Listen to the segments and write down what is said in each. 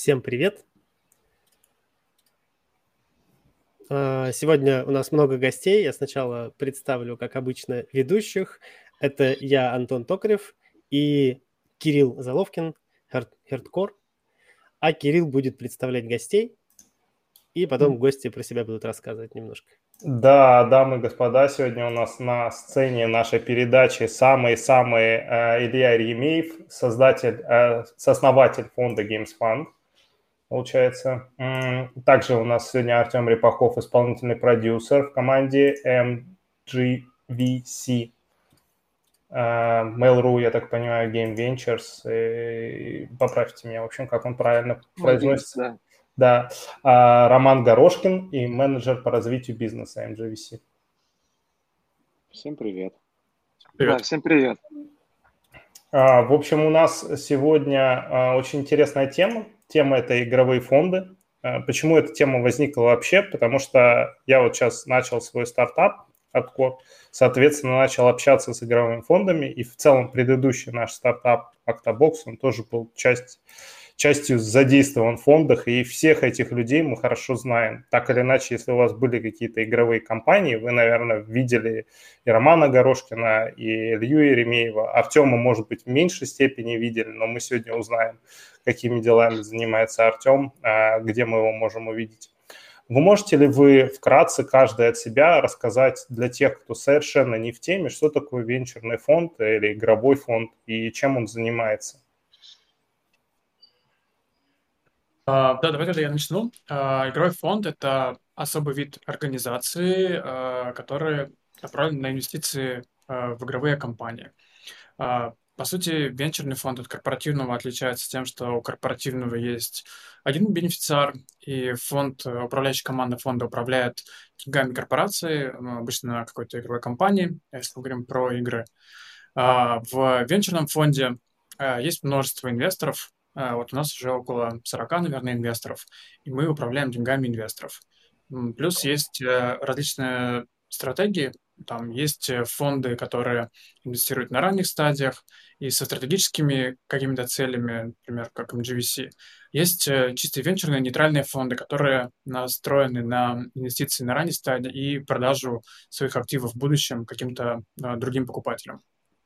Всем привет! Сегодня у нас много гостей. Я сначала представлю, как обычно, ведущих. Это я, Антон Токарев, и Кирилл Заловкин, Хардкор. А Кирилл будет представлять гостей, и потом гости про себя будут рассказывать немножко. Да, дамы и господа, сегодня у нас на сцене нашей передачи самый-самый Илья Еремеев, сооснователь фонда Games Fund, получается. Также у нас сегодня Артем Репахов, исполнительный продюсер в команде MGVC. Mail.ru, я так понимаю, Game Ventures. Поправьте меня, в общем, как он правильно произносится. Да. Роман Горошкин и менеджер по развитию бизнеса MGVC. Всем привет. Да, всем привет. В общем, у нас сегодня очень интересная тема. Тема – это игровые фонды. Почему эта тема возникла вообще? Потому что я вот сейчас начал свой стартап, Hardcore, соответственно, начал общаться с игровыми фондами, и в целом предыдущий наш стартап Octobox, он тоже был частью задействован в фондах, и всех этих людей мы хорошо знаем. Так или иначе, если у вас были какие-то игровые компании, вы, наверное, видели и Романа Горошкина, и Илью Еремеева. Артема, может быть, в меньшей степени видели, но мы сегодня узнаем, какими делами занимается Артем, где мы его можем увидеть. Вы можете ли вы вкратце, каждый от себя, рассказать для тех, кто совершенно не в теме, что такое венчурный фонд или игровой фонд и чем он занимается? Да, давайте я начну. Игровой фонд – это особый вид организации, который направлен на инвестиции в игровые компании. По сути, венчурный фонд от корпоративного отличается тем, что у корпоративного есть один бенефициар, и управляющая команда фонда управляет деньгами корпорации, обычно какой-то игровой компании, если мы говорим про игры. В венчурном фонде есть множество инвесторов. Вот у нас уже около 40, наверное, инвесторов, и мы управляем деньгами инвесторов. Плюс есть различные стратегии. Там есть фонды, которые инвестируют на ранних стадиях и со стратегическими какими-то целями, например, как MGVC. Есть чисто венчурные нейтральные фонды, которые настроены на инвестиции на ранней стадии и продажу своих активов в будущем каким-то другим покупателям.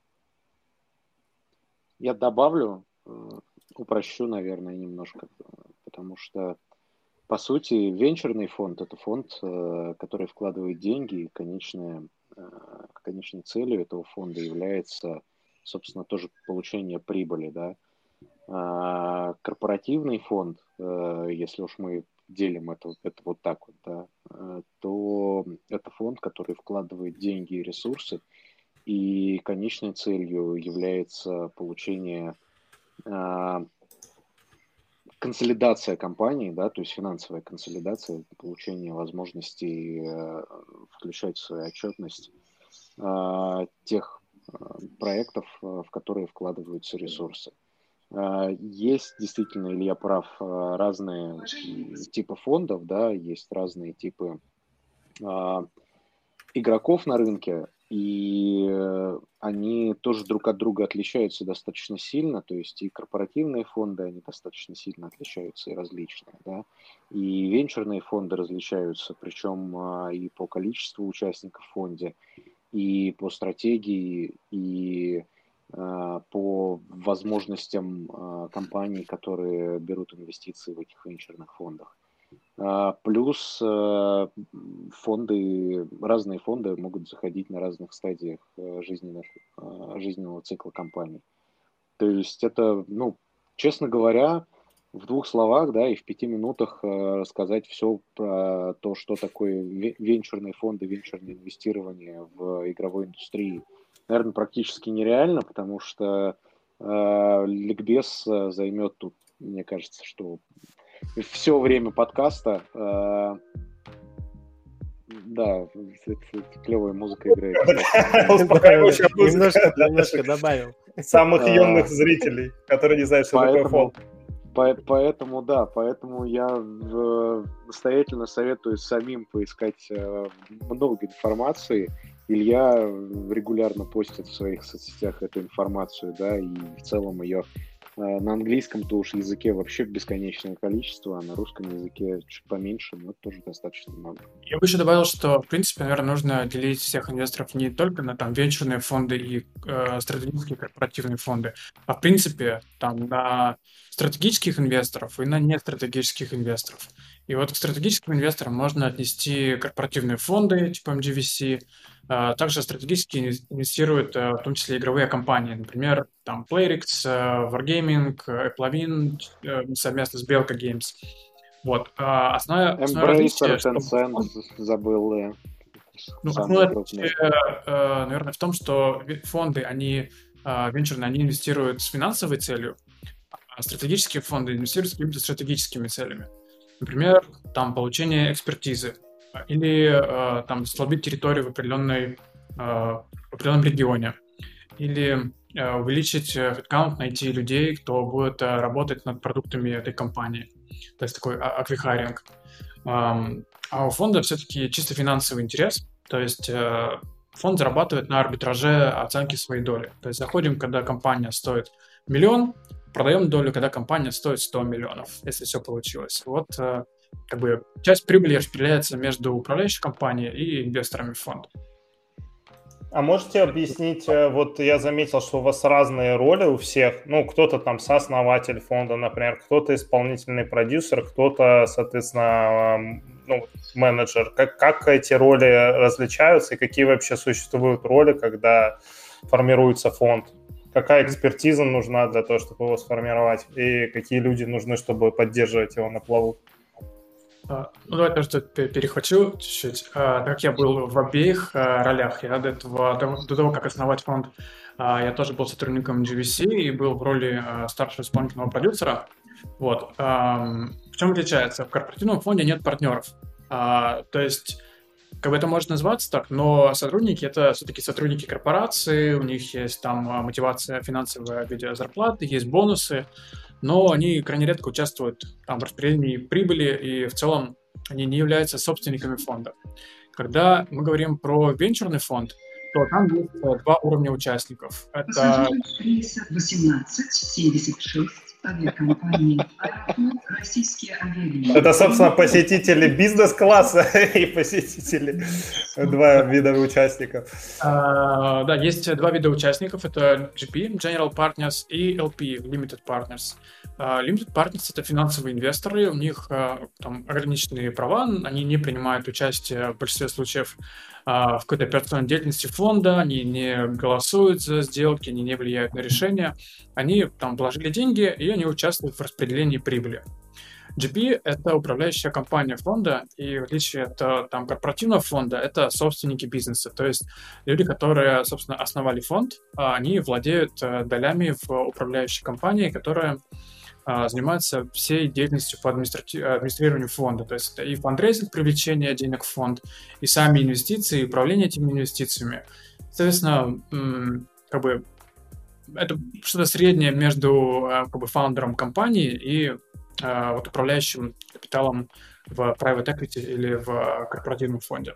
Я добавлю, упрощу, наверное, немножко, потому что, по сути, венчурный фонд – это фонд, который вкладывает деньги, и конечной целью этого фонда является, собственно, тоже получение прибыли, да. Корпоративный фонд, если уж мы делим это вот так вот, да, то это фонд, который вкладывает деньги и ресурсы, и конечной целью является получение консолидация компании, да, то есть финансовая консолидация, получение возможностей включать в свою отчетность тех проектов, в которые вкладываются ресурсы. Есть действительно, Илья прав, разные типы фондов, да, есть разные типы игроков на рынке, и они тоже друг от друга отличаются достаточно сильно, то есть и корпоративные фонды, они достаточно сильно отличаются и различные, да, и венчурные фонды различаются, причем и по количеству участников в фонде, и по стратегии, и по возможностям компаний, которые берут инвестиции в этих венчурных фондах. Плюс разные фонды могут заходить на разных стадиях жизненного цикла компании. То есть это, честно говоря, в 2 словах, да, и в 5 минутах рассказать все про то, что такое венчурные фонды, венчурное инвестирование в игровой индустрии, наверное, практически нереально, потому что ликбез займет тут, мне кажется, что все время подкаста. Да, клевая музыка играет. Немножко добавил. Самых юных зрителей, которые не знают, что такое фонд. Поэтому я настоятельно советую самим поискать много информации. Илья регулярно постит в своих соцсетях эту информацию, да, и в целом ее На английском-то уж языке вообще бесконечное количество, а на русском языке чуть поменьше, но тоже достаточно много. Я бы еще добавил, что, в принципе, наверное, нужно делить всех инвесторов не только на там венчурные фонды и стратегические корпоративные фонды, а, в принципе, там на стратегических инвесторов и на нестратегических инвесторов. И вот к стратегическим инвесторам можно отнести корпоративные фонды типа MGVC. Также стратегически инвестируют в том числе игровые компании, например, там Playrix, Wargaming, Applavin совместно с Belka Games. Вот. Основное Embracer, различие, что Tencent, забыл, ну, самые основное крупные. отличие, наверное, в том, что фонды, они венчурные, они инвестируют с финансовой целью, а стратегические фонды инвестируют с какими-то стратегическими целями. Например, там получение экспертизы или там слабить территорию в определенном регионе, или увеличить headcount, найти людей, кто будет работать над продуктами этой компании. То есть такой аквихайринг. А у фонда все-таки чисто финансовый интерес. То есть фонд зарабатывает на арбитраже оценки своей доли. То есть заходим, когда компания стоит 1 миллион, продаем долю, когда компания стоит 100 миллионов, если все получилось. Вот как бы часть прибыли распределяется между управляющей компанией и инвесторами в фонд. А можете объяснить, вот я заметил, что у вас разные роли у всех, ну, кто-то там сооснователь фонда, например, кто-то исполнительный продюсер, кто-то, соответственно, ну, менеджер. Как эти роли различаются и какие вообще существуют роли, когда формируется фонд? Какая экспертиза нужна для того, чтобы его сформировать, и какие люди нужны, чтобы поддерживать его на плаву? Ну, давай тоже тут перехвачу чуть-чуть. Так как я был в обеих ролях, я до того, как основать фонд, я тоже был сотрудником GVC и был в роли старшего исполнительного продюсера. Вот. В чем отличается? В корпоративном фонде нет партнеров. То есть, как бы это может называться так, но сотрудники — это все-таки сотрудники корпорации, у них есть там мотивация финансовая в виде зарплаты, есть бонусы, но они крайне редко участвуют там в распределении прибыли, и в целом они не являются собственниками фонда. Когда мы говорим про венчурный фонд, то там есть 2 уровня участников. Это Пассажиры рейса 1876 авиакомпании «Аэрофлот», российские авиалинии. Это, собственно, посетители бизнес-класса и посетители, 2 вида участников. Да, есть 2 вида участников. Это GP, General Partners, и LP, Limited Partners. Limited Partners — это финансовые инвесторы, у них там ограниченные права, они не принимают участие в большинстве случаев в какой-то операционной деятельности фонда, они не голосуют за сделки, они не влияют на решения. Они там вложили деньги, и они участвуют в распределении прибыли. GP — это управляющая компания фонда, и в отличие от там корпоративного фонда, это собственники бизнеса, то есть люди, которые, собственно, основали фонд, они владеют долями в управляющей компании, которая занимается всей деятельностью по администрированию фонда. То есть это и фандрейзинг, привлечение денег в фонд, и сами инвестиции, и управление этими инвестициями. Соответственно, как бы это что-то среднее между как бы фаундером компании и вот управляющим капиталом в private equity или в корпоративном фонде.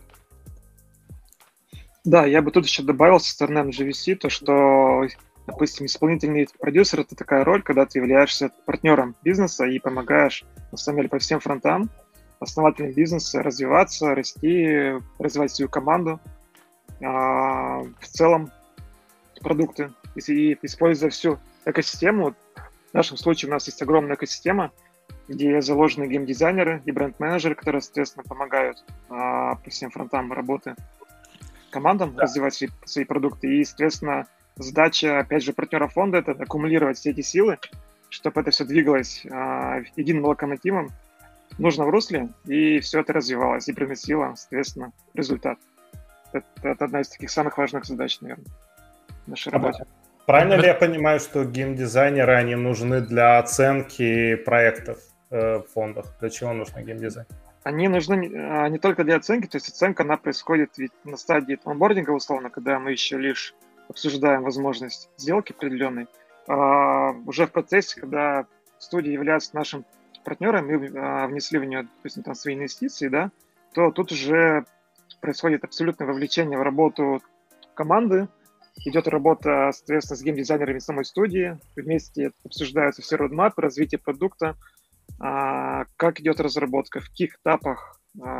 Да, я бы тут еще добавил со стороны MGVC то, что, допустим, исполнительный продюсер — это такая роль, когда ты являешься партнером бизнеса и помогаешь, на самом деле, по всем фронтам основателям бизнеса развиваться, расти, развивать свою команду, в целом продукты, и используя всю экосистему. В нашем случае у нас есть огромная экосистема, где заложены геймдизайнеры и бренд-менеджеры, которые, соответственно, помогают по всем фронтам работы командам развивать свои продукты. И, соответственно, задача, опять же, партнера фонда — это аккумулировать все эти силы, чтобы это все двигалось единым локомотивом в нужном русле, и все это развивалось и приносило, соответственно, результат. Это одна из таких самых важных задач, наверное, в нашей работе. Правильно ли я понимаю, что геймдизайнеры, они нужны для оценки проектов в фондах? Для чего нужны геймдизайнеры? Они нужны не только для оценки, то есть оценка, она происходит ведь на стадии онбординга, условно, когда мы еще лишь обсуждаем возможность сделки определенной. Уже в процессе, когда студия является нашим партнером, мы внесли в нее, допустим, там свои инвестиции, да, то тут уже происходит абсолютное вовлечение в работу команды, идет работа, соответственно, с геймдизайнерами самой студии, вместе обсуждаются все родмапы, развитие продукта, как идет разработка, в каких этапах,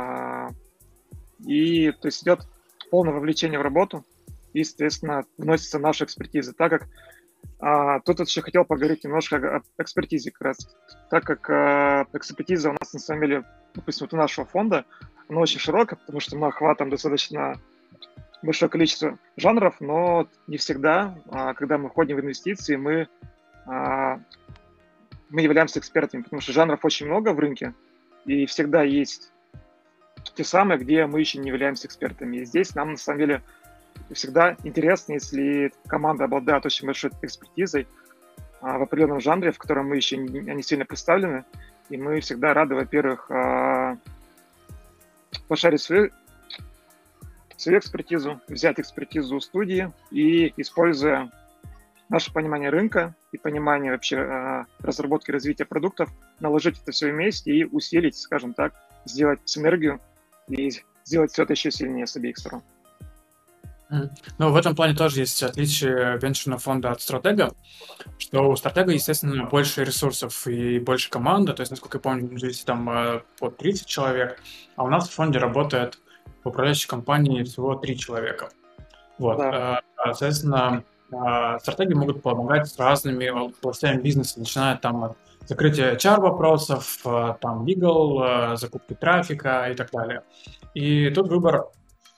и то есть идет полное вовлечение в работу, и, соответственно, вносится наша экспертиза, так как тут еще хотел поговорить немножко об экспертизе как раз, так как экспертиза у нас, на самом деле, допустим, вот у нашего фонда, она очень широкая, потому что мы охватываем достаточно большое количество жанров, но не всегда, когда мы входим в инвестиции, мы являемся экспертами, потому что жанров очень много в рынке, и всегда есть те самые, где мы еще не являемся экспертами. И здесь нам, на самом деле, всегда интересно, если команда обладает очень большой экспертизой в определенном жанре, в котором мы еще не сильно представлены, и мы всегда рады, во-первых, пошарить свою экспертизу, взять экспертизу у студии и, используя наше понимание рынка и понимание вообще разработки и развития продуктов, наложить это все вместе и усилить, скажем так, сделать синергию и сделать все это еще сильнее с обеих сторон. Ну, в этом плане тоже есть отличие венчурного фонда от стратега, что у стратега, естественно, больше ресурсов и больше команда, то есть, насколько я помню, здесь там под 30 человек, а у нас в фонде работает в управляющей компании всего 3 человека. Вот, Да. соответственно, стратеги могут помогать с разными областями бизнеса, начиная там от закрытия HR-вопросов, там legal, закупки трафика и так далее. И тут выбор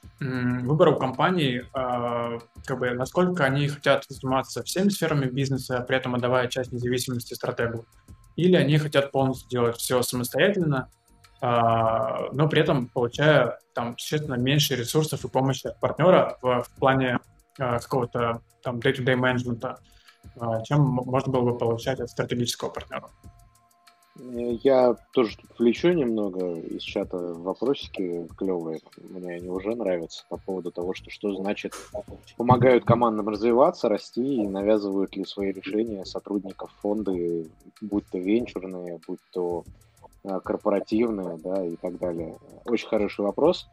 у компаний, как бы, насколько они хотят заниматься всеми сферами бизнеса, при этом отдавая часть независимости стратегу, или они хотят полностью делать все самостоятельно, но при этом получая там существенно меньше ресурсов и помощи от партнера в плане какого-то там day-to-day менеджмента, чем можно было бы получать от стратегического партнера. Я тоже тут включу немного из чата вопросики клевые. Мне они уже нравятся по поводу того, что значит помогают командам развиваться, расти и навязывают ли свои решения сотрудников фонды, будь то венчурные, будь то корпоративные, да, и так далее. Очень хороший вопрос.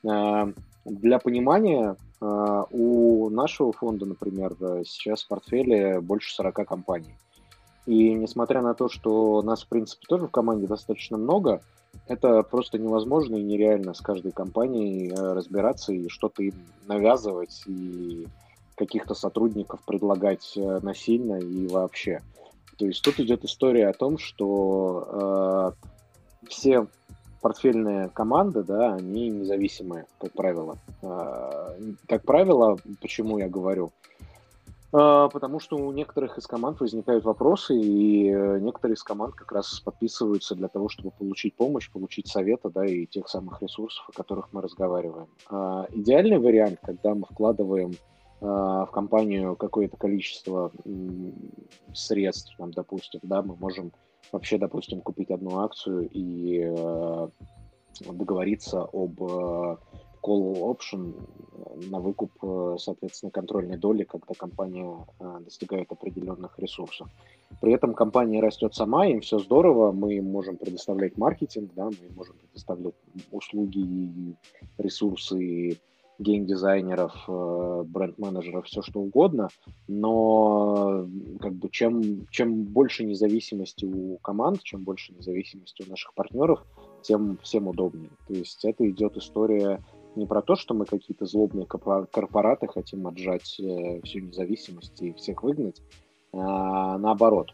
Для понимания, у нашего фонда, например, сейчас в портфеле больше 40 компаний. И несмотря на то, что нас, в принципе, тоже в команде достаточно много, это просто невозможно и нереально с каждой компанией разбираться и что-то им навязывать, и каких-то сотрудников предлагать насильно и вообще. То есть тут идет история о том, что все портфельные команды, да, они независимые, как правило. Как правило, почему я говорю? Потому что у некоторых из команд возникают вопросы, и некоторые из команд как раз подписываются для того, чтобы получить помощь, получить советы, да, и тех самых ресурсов, о которых мы разговариваем. Идеальный вариант, когда мы вкладываем в компанию какое-то количество средств, там, допустим, да, мы можем вообще, допустим, купить одну акцию и договориться об call option на выкуп, соответственно, контрольной доли, когда компания достигает определенных ресурсов. При этом компания растет сама, им все здорово, мы можем предоставлять маркетинг, да, мы можем предоставлять услуги и ресурсы геймдизайнеров, бренд-менеджеров, все что угодно, но как бы чем больше независимости у команд, чем больше независимости у наших партнеров, тем всем удобнее. То есть это идет история не про то, что мы какие-то злобные корпораты хотим отжать всю независимость и всех выгнать, а наоборот,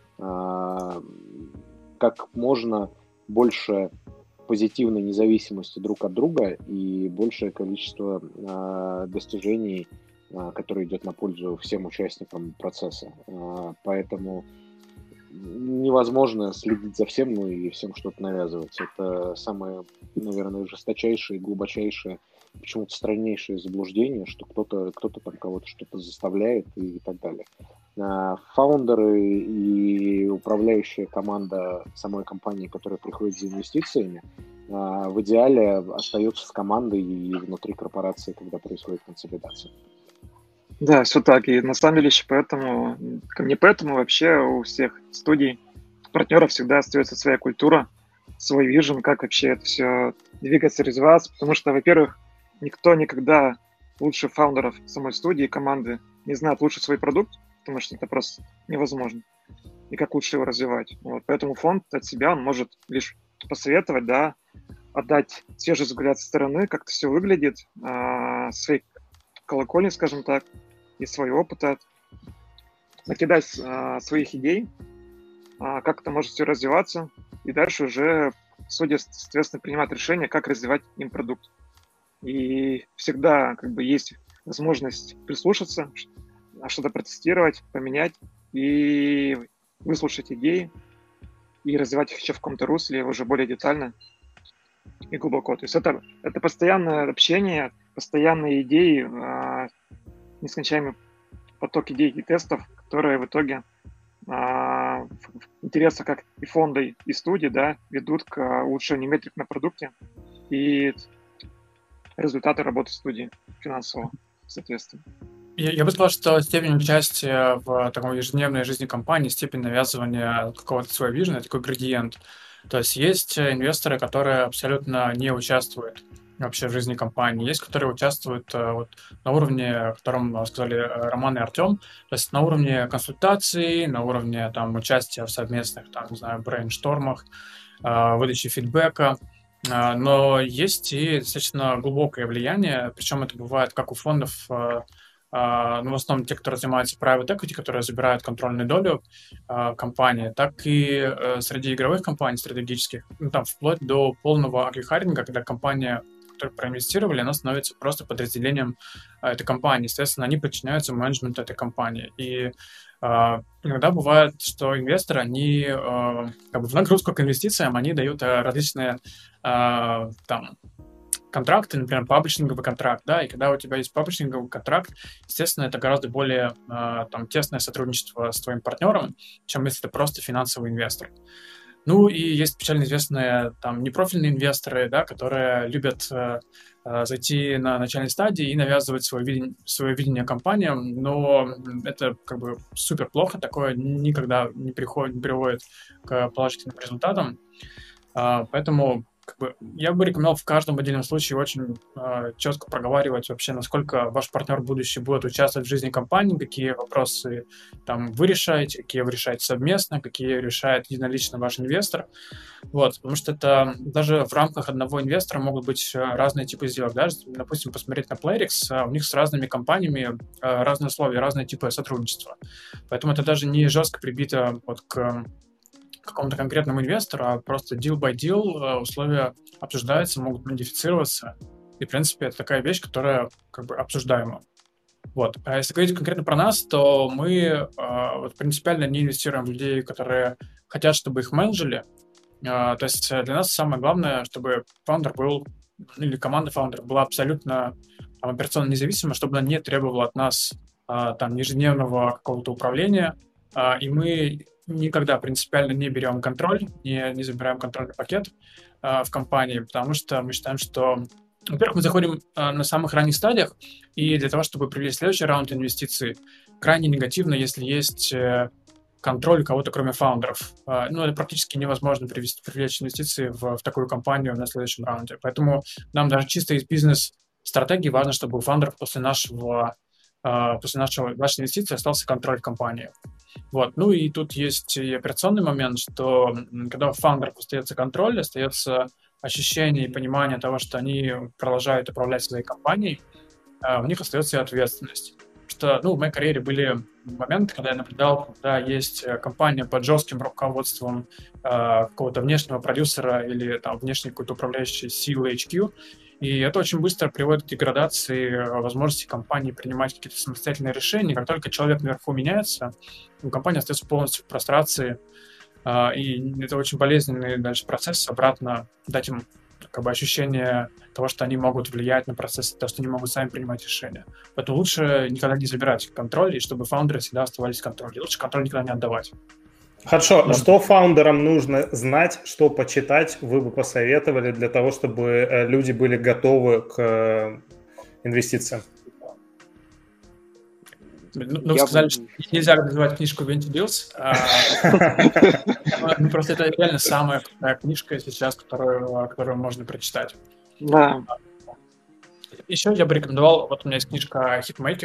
как можно больше позитивной независимости друг от друга и большее количество достижений, которое идет на пользу всем участникам процесса. Поэтому невозможно следить за всем, ну и всем что-то навязывать. Это самое, наверное, жесточайшее и глубочайшее, почему-то страннейшее заблуждение, что кто-то там кого-то что-то заставляет и так далее. Фаундеры и управляющая команда самой компании, которая приходит за инвестициями, в идеале остаются с командой и внутри корпорации, когда происходит консолидация. Да, все так. И на самом деле еще поэтому, не поэтому вообще у всех студий, партнеров всегда остается своя культура, свой вижен, как вообще это все двигаться, развиваться. Потому что, во-первых, никто никогда лучше фаундеров самой студии, команды не знают лучше свой продукт, потому что это просто невозможно, и как лучше его развивать. Вот. Поэтому фонд от себя, он может лишь посоветовать, да, отдать свежий взгляд со стороны, как это все выглядит, своей колокольни, скажем так, и своего опыта, накидать своих идей, как это может все развиваться, и дальше уже судья, соответственно, принимает решение, как развивать им продукт. И всегда как бы есть возможность прислушаться, что-то протестировать, поменять и выслушать идеи и развивать их еще в каком-то русле уже более детально и глубоко. То есть это постоянное общение, постоянные идеи, нескончаемый поток идей и тестов, которые в итоге в интересах как и фонда, и студии, да, ведут к улучшению метрик на продукте и результаты работы студии финансового, соответственно. Я бы сказал, что степень участия в такой ежедневной жизни компании, степень навязывания какого-то своего вижена, такой градиент. То есть есть инвесторы, которые абсолютно не участвуют вообще в жизни компании. Есть, которые участвуют вот на уровне, о котором сказали Роман и Артем, то есть на уровне консультаций, на уровне там участия в совместных, там, не знаю, брейнштормах, выдачи фидбэка. Но есть и достаточно глубокое влияние, причем это бывает как у фондов, ну, в основном те, которые занимаются private equity, которые забирают контрольную долю компании, так и среди игровых компаний стратегических, ну, там вплоть до полного аквихаринга, когда компания, которые проинвестировали, она становится просто подразделением этой компании. Естественно, они подчиняются менеджменту этой компании. И иногда бывает, что инвесторы, они как бы в нагрузку к инвестициям, они дают различные там контракты, например, паблишинговый контракт, да, и когда у тебя есть паблишинговый контракт, естественно, это гораздо более там тесное сотрудничество с твоим партнером, чем если это просто финансовый инвестор. Ну и есть печально известные там непрофильные инвесторы, да, которые любят зайти на начальной стадии и навязывать свое видение компаниям, но это как бы супер плохо, такое никогда не приводит к положительным результатам, поэтому как бы, я бы рекомендовал в каждом отдельном случае очень четко проговаривать вообще, насколько ваш партнер будущий будет участвовать в жизни компании, какие вопросы там вы решаете, какие вы решаете совместно, какие решает единолично ваш инвестор. Вот, потому что это даже в рамках одного инвестора могут быть разные типы сделок. Даже, допустим, посмотреть на Playrix, у них с разными компаниями разные условия, разные типы сотрудничества. Поэтому это даже не жестко прибито вот к какому-то конкретному инвестору, а просто deal by deal условия обсуждаются, могут модифицироваться. И, в принципе, это такая вещь, которая как бы обсуждаема. Вот. А если говорить конкретно про нас, то мы вот, принципиально не инвестируем в людей, которые хотят, чтобы их менеджили. То есть для нас самое главное, чтобы фаундер был, или команда фаундеров была абсолютно операционно независима, чтобы она не требовала от нас там ежедневного какого-то управления, и мы никогда принципиально не берем контроль, не забираем контрольный пакет в компании, потому что мы считаем, что, во-первых, мы заходим на самых ранних стадиях, и для того, чтобы привлечь следующий раунд инвестиций, крайне негативно, если есть контроль у кого-то, кроме фаундеров. Ну, это практически невозможно привлечь инвестиции в такую компанию на следующем раунде. Поэтому нам даже чисто из бизнес-стратегии важно, чтобы у фаундеров после нашей инвестиции остался контроль в компании. Вот. Ну и тут есть и операционный момент, что когда у фаундеров остается контроль, остается ощущение и понимание того, что они продолжают управлять своей компанией, у них остается и ответственность. Потому что, в моей карьере были моменты, когда я наблюдал, когда есть компания под жестким руководством какого-то внешнего продюсера или там внешней какой-то управляющей силы HQ, и это очень быстро приводит к деградации возможности компании принимать какие-то самостоятельные решения. Как только человек наверху меняется, компания остается полностью в прострации, и это очень болезненный дальше процесс, обратно дать им как бы ощущение того, что они могут влиять на процесс, того, что они могут сами принимать решения. Поэтому лучше никогда не забирать контроль, и чтобы фаундеры всегда оставались в контроле. Лучше контроль никогда не отдавать. Хорошо, да. Что фаундерам нужно знать, что почитать, вы бы посоветовали для того, чтобы люди были готовы к инвестициям? Вы сказали, что нельзя называть книжку Venture Deals. Просто это реально самая крутая книжка сейчас, которую можно прочитать. Да. Еще я бы рекомендовал, вот у меня есть книжка Hitmakers.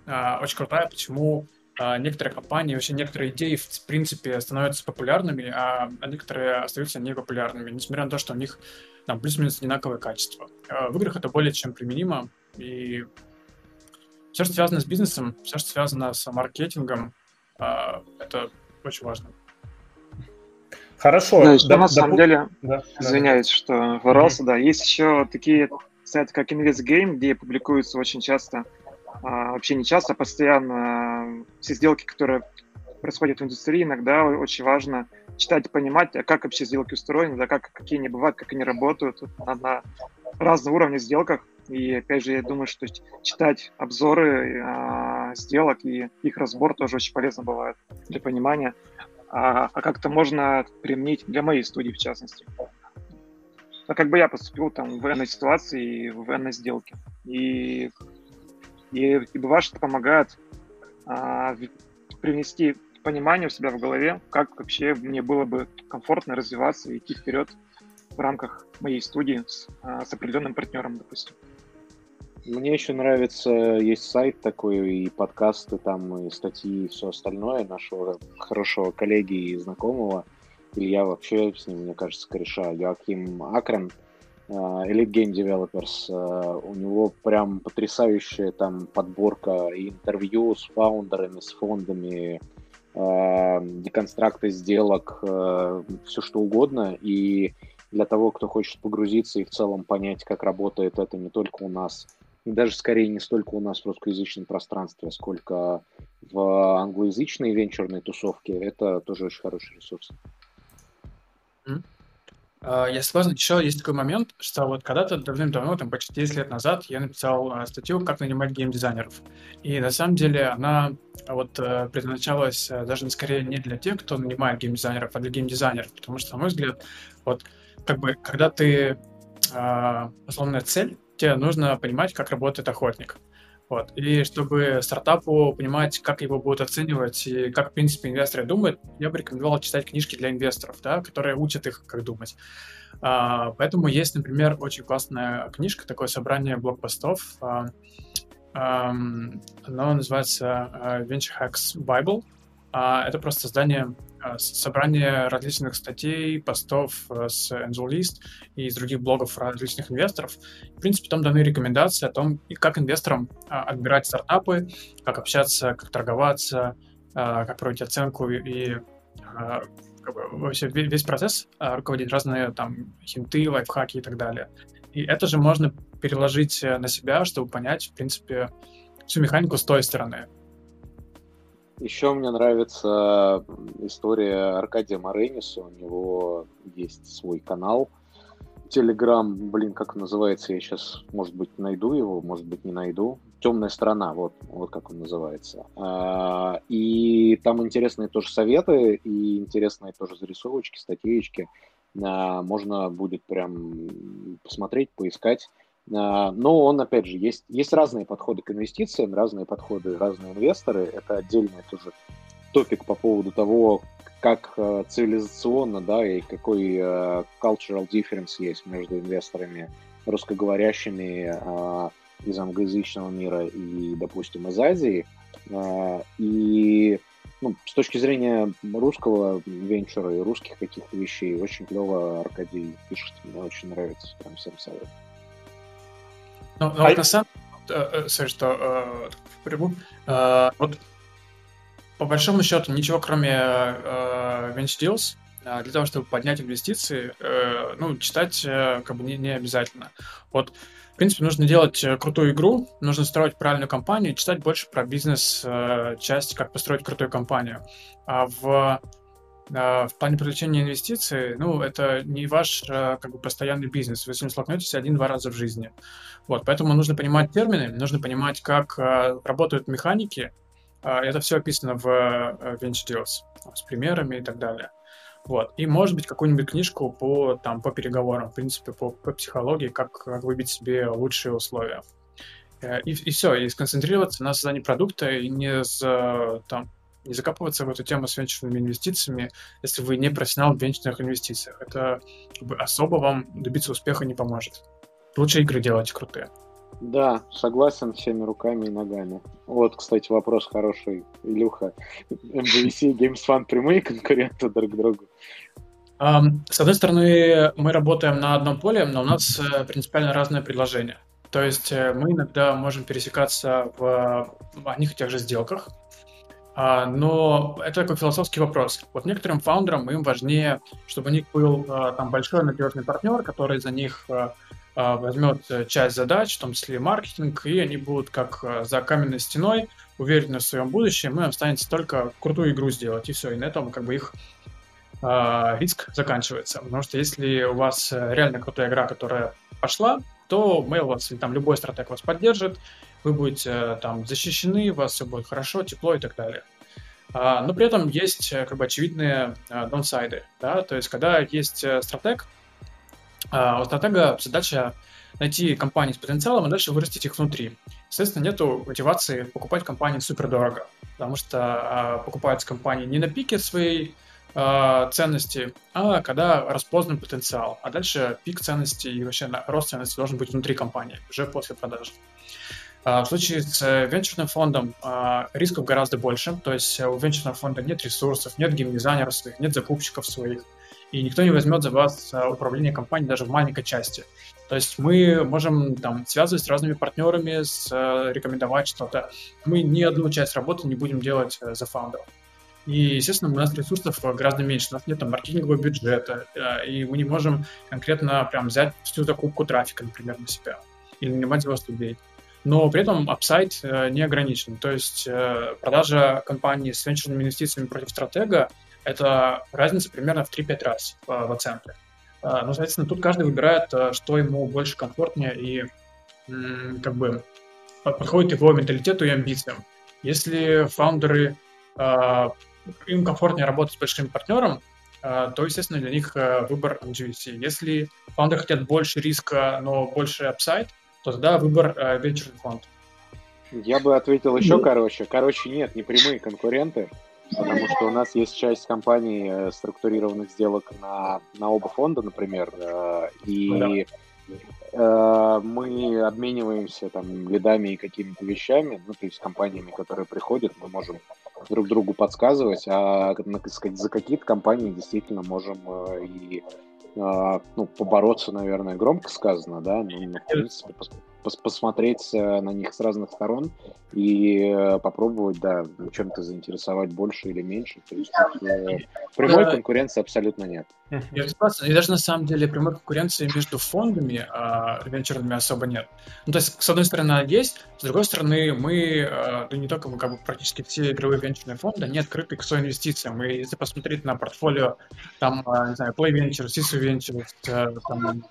очень крутая, почему некоторые компании, вообще некоторые идеи, в принципе, становятся популярными, а некоторые остаются непопулярными, несмотря на то, что у них там плюс-минус одинаковое качество. В играх это более чем применимо, и все, что связано с бизнесом, все, что связано с маркетингом, это очень важно. Хорошо. Да, еще на самом деле, извиняюсь, что ворвался, да, есть еще такие сайты, как InvestGame, где публикуются очень часто, вообще не часто, а постоянно все сделки, которые происходят в индустрии. Иногда очень важно читать и понимать, а как вообще сделки устроены, да, какие они бывают, как они работают на разных уровнях сделках. И опять же, я думаю, что читать обзоры сделок и их разбор тоже очень полезно бывает для понимания. А как это можно применить для моей студии, в частности. А как бы я поступил там в энной ситуации, в энной сделке. И бывает, что это помогает привнести понимание у себя в голове, как вообще мне было бы комфортно развиваться и идти вперед в рамках моей студии с определенным партнером, допустим. Мне еще нравится, есть сайт такой, и подкасты там, и статьи, и все остальное нашего хорошего коллеги и знакомого. Илья вообще, с ним, мне кажется, кореша, Йоаким Акрен, Elite Game Developers. У него прям потрясающая там подборка и интервью с фаундерами, с фондами, деконстракты сделок, все что угодно. И для того, кто хочет погрузиться и в целом понять, как работает это не только у нас, и даже скорее не столько у нас в русскоязычном пространстве, сколько в англоязычной венчурной тусовке, это тоже очень хороший ресурс. Я согласен. Еще есть такой момент, что вот когда-то давным-давно, там почти 10 лет назад, я написал статью «Как нанимать геймдизайнеров». И на самом деле она вот предназначалась даже скорее не для тех, кто нанимает геймдизайнеров, а для геймдизайнеров. Потому что, на мой взгляд, вот как бы когда ты условная цель, тебе нужно понимать, как работает охотник. Вот. И чтобы стартапу понимать, как его будут оценивать и как, в принципе, инвесторы думают, я бы рекомендовал читать книжки для инвесторов, да, которые учат их, как думать. Поэтому есть, например, очень классная книжка, такое собрание блогпостов. Оно называется Venture Hacks Bible. Это просто собрание различных статей, постов с AngelList и из других блогов различных инвесторов. В принципе, там даны рекомендации о том, как инвесторам отбирать стартапы, как общаться, как торговаться, как проводить оценку и вообще весь процесс руководить, разные там хинты, лайфхаки и так далее. И это же можно переложить на себя, чтобы понять, в принципе, всю механику с той стороны. Еще мне нравится история Аркадия Морениса. У него есть свой канал Telegram. Как он называется? Я сейчас, может быть, найду его, может быть, не найду. «Темная сторона», вот как он называется. И там интересные тоже советы и интересные тоже зарисовочки, статейки. Можно будет прям посмотреть, поискать. Но он, опять же, есть разные подходы к инвестициям, разные подходы, разные инвесторы. Это отдельный тоже топик по поводу того, как цивилизационно, да, и какой cultural difference есть между инвесторами русскоговорящими из англоязычного мира и, допустим, из Азии. И с точки зрения русского венчура и русских каких-то вещей, очень клево Аркадий пишет, мне очень нравится, прям всем совет. Вот на самом деле, вот по большому счету ничего кроме Venture Deals для того, чтобы поднять инвестиции, читать как бы не обязательно. Вот, в принципе, нужно делать крутую игру, нужно строить правильную компанию, читать больше про бизнес-часть, как построить крутую компанию. А в плане привлечения инвестиций, это не ваш как бы постоянный бизнес. Вы с ним столкнетесь 1-2 раза в жизни. Вот, поэтому нужно понимать термины, нужно понимать, как работают механики. Это все описано в Venture Deals с примерами и так далее. Вот. И, может быть, какую-нибудь книжку по переговорам, в принципе, по психологии, как выбить себе лучшие условия. И все, и сконцентрироваться на создании продукта и не закапываться в эту тему с венчурными инвестициями, если вы не профессионал в венчурных инвестициях. Это особо вам добиться успеха не поможет. Лучше игры делайте крутые. Да, согласен всеми руками и ногами. Вот, кстати, вопрос хороший, Илюха. MJVC и GamesFund прямые конкуренты друг другу? С одной стороны, мы работаем на одном поле, но у нас принципиально разное предложение. То есть мы иногда можем пересекаться в одних и тех же сделках, но это такой философский вопрос. Вот некоторым фаундерам им важнее, чтобы у них был там большой надежный партнер, который за них возьмет часть задач, в том числе маркетинг, и они будут как за каменной стеной, уверены в своем будущем, им останется только крутую игру сделать, и все, и на этом как бы их риск заканчивается. Потому что если у вас реально крутая игра, которая пошла, то Mail вас или там любой стратег вас поддержит, вы будете там защищены, у вас все будет хорошо, тепло и так далее. Но при этом есть как бы очевидные даунсайды, да, то есть когда есть стратег, у стратега задача найти компании с потенциалом и дальше вырастить их внутри. Естественно, нету мотивации покупать компании супердорого, потому что покупаются компании не на пике своей ценности, а когда распознан потенциал. А дальше пик ценности и вообще рост ценности должен быть внутри компании, уже после продажи. В случае с венчурным фондом рисков гораздо больше, то есть у венчурного фонда нет ресурсов, нет геймдизайнеров своих, нет закупщиков своих, и никто не возьмет за вас управление компанией даже в маленькой части. То есть мы можем там связывать с разными партнерами, рекомендовать что-то. Мы ни одну часть работы не будем делать за фаундеров. И, естественно, у нас ресурсов гораздо меньше. У нас нет там маркетингового бюджета, и мы не можем конкретно прям взять всю закупку трафика, например, на себя или нанимать за вас людей. Но при этом апсайд не ограничен. То есть продажа компании с венчурными инвестициями против стратега – это разница примерно в 3-5 раз в оценке. Ну, соответственно, тут каждый выбирает, что ему больше комфортнее и как бы подходит его менталитету и амбициям. Если фаундеры, им комфортнее работать с большим партнером, то, естественно, для них выбор MJVC. Если фаундеры хотят больше риска, но больше апсайд, то тогда выбор венчурный фонд. Я бы ответил еще короче. Короче, нет, не прямые конкуренты, потому что у нас есть часть компаний структурированных сделок на оба фонда, например, и мы обмениваемся там лидами и какими-то вещами, ну, то есть компаниями, которые приходят, мы можем друг другу подсказывать, а за какие-то компании действительно можем и побороться, наверное, громко сказано, да, но, в принципе, посмотреть на них с разных сторон и попробовать, да, чем-то заинтересовать больше или меньше. То есть прямой конкуренции абсолютно нет. И даже на самом деле прямой конкуренции между фондами венчурными особо нет. Ну, то есть, с одной стороны, она есть, с другой стороны, не только мы, как бы практически все игровые венчурные фонды, они открыты к соинвестициям. И если посмотреть на портфолио, там, не знаю, Play Ventures, Sisu Ventures, там,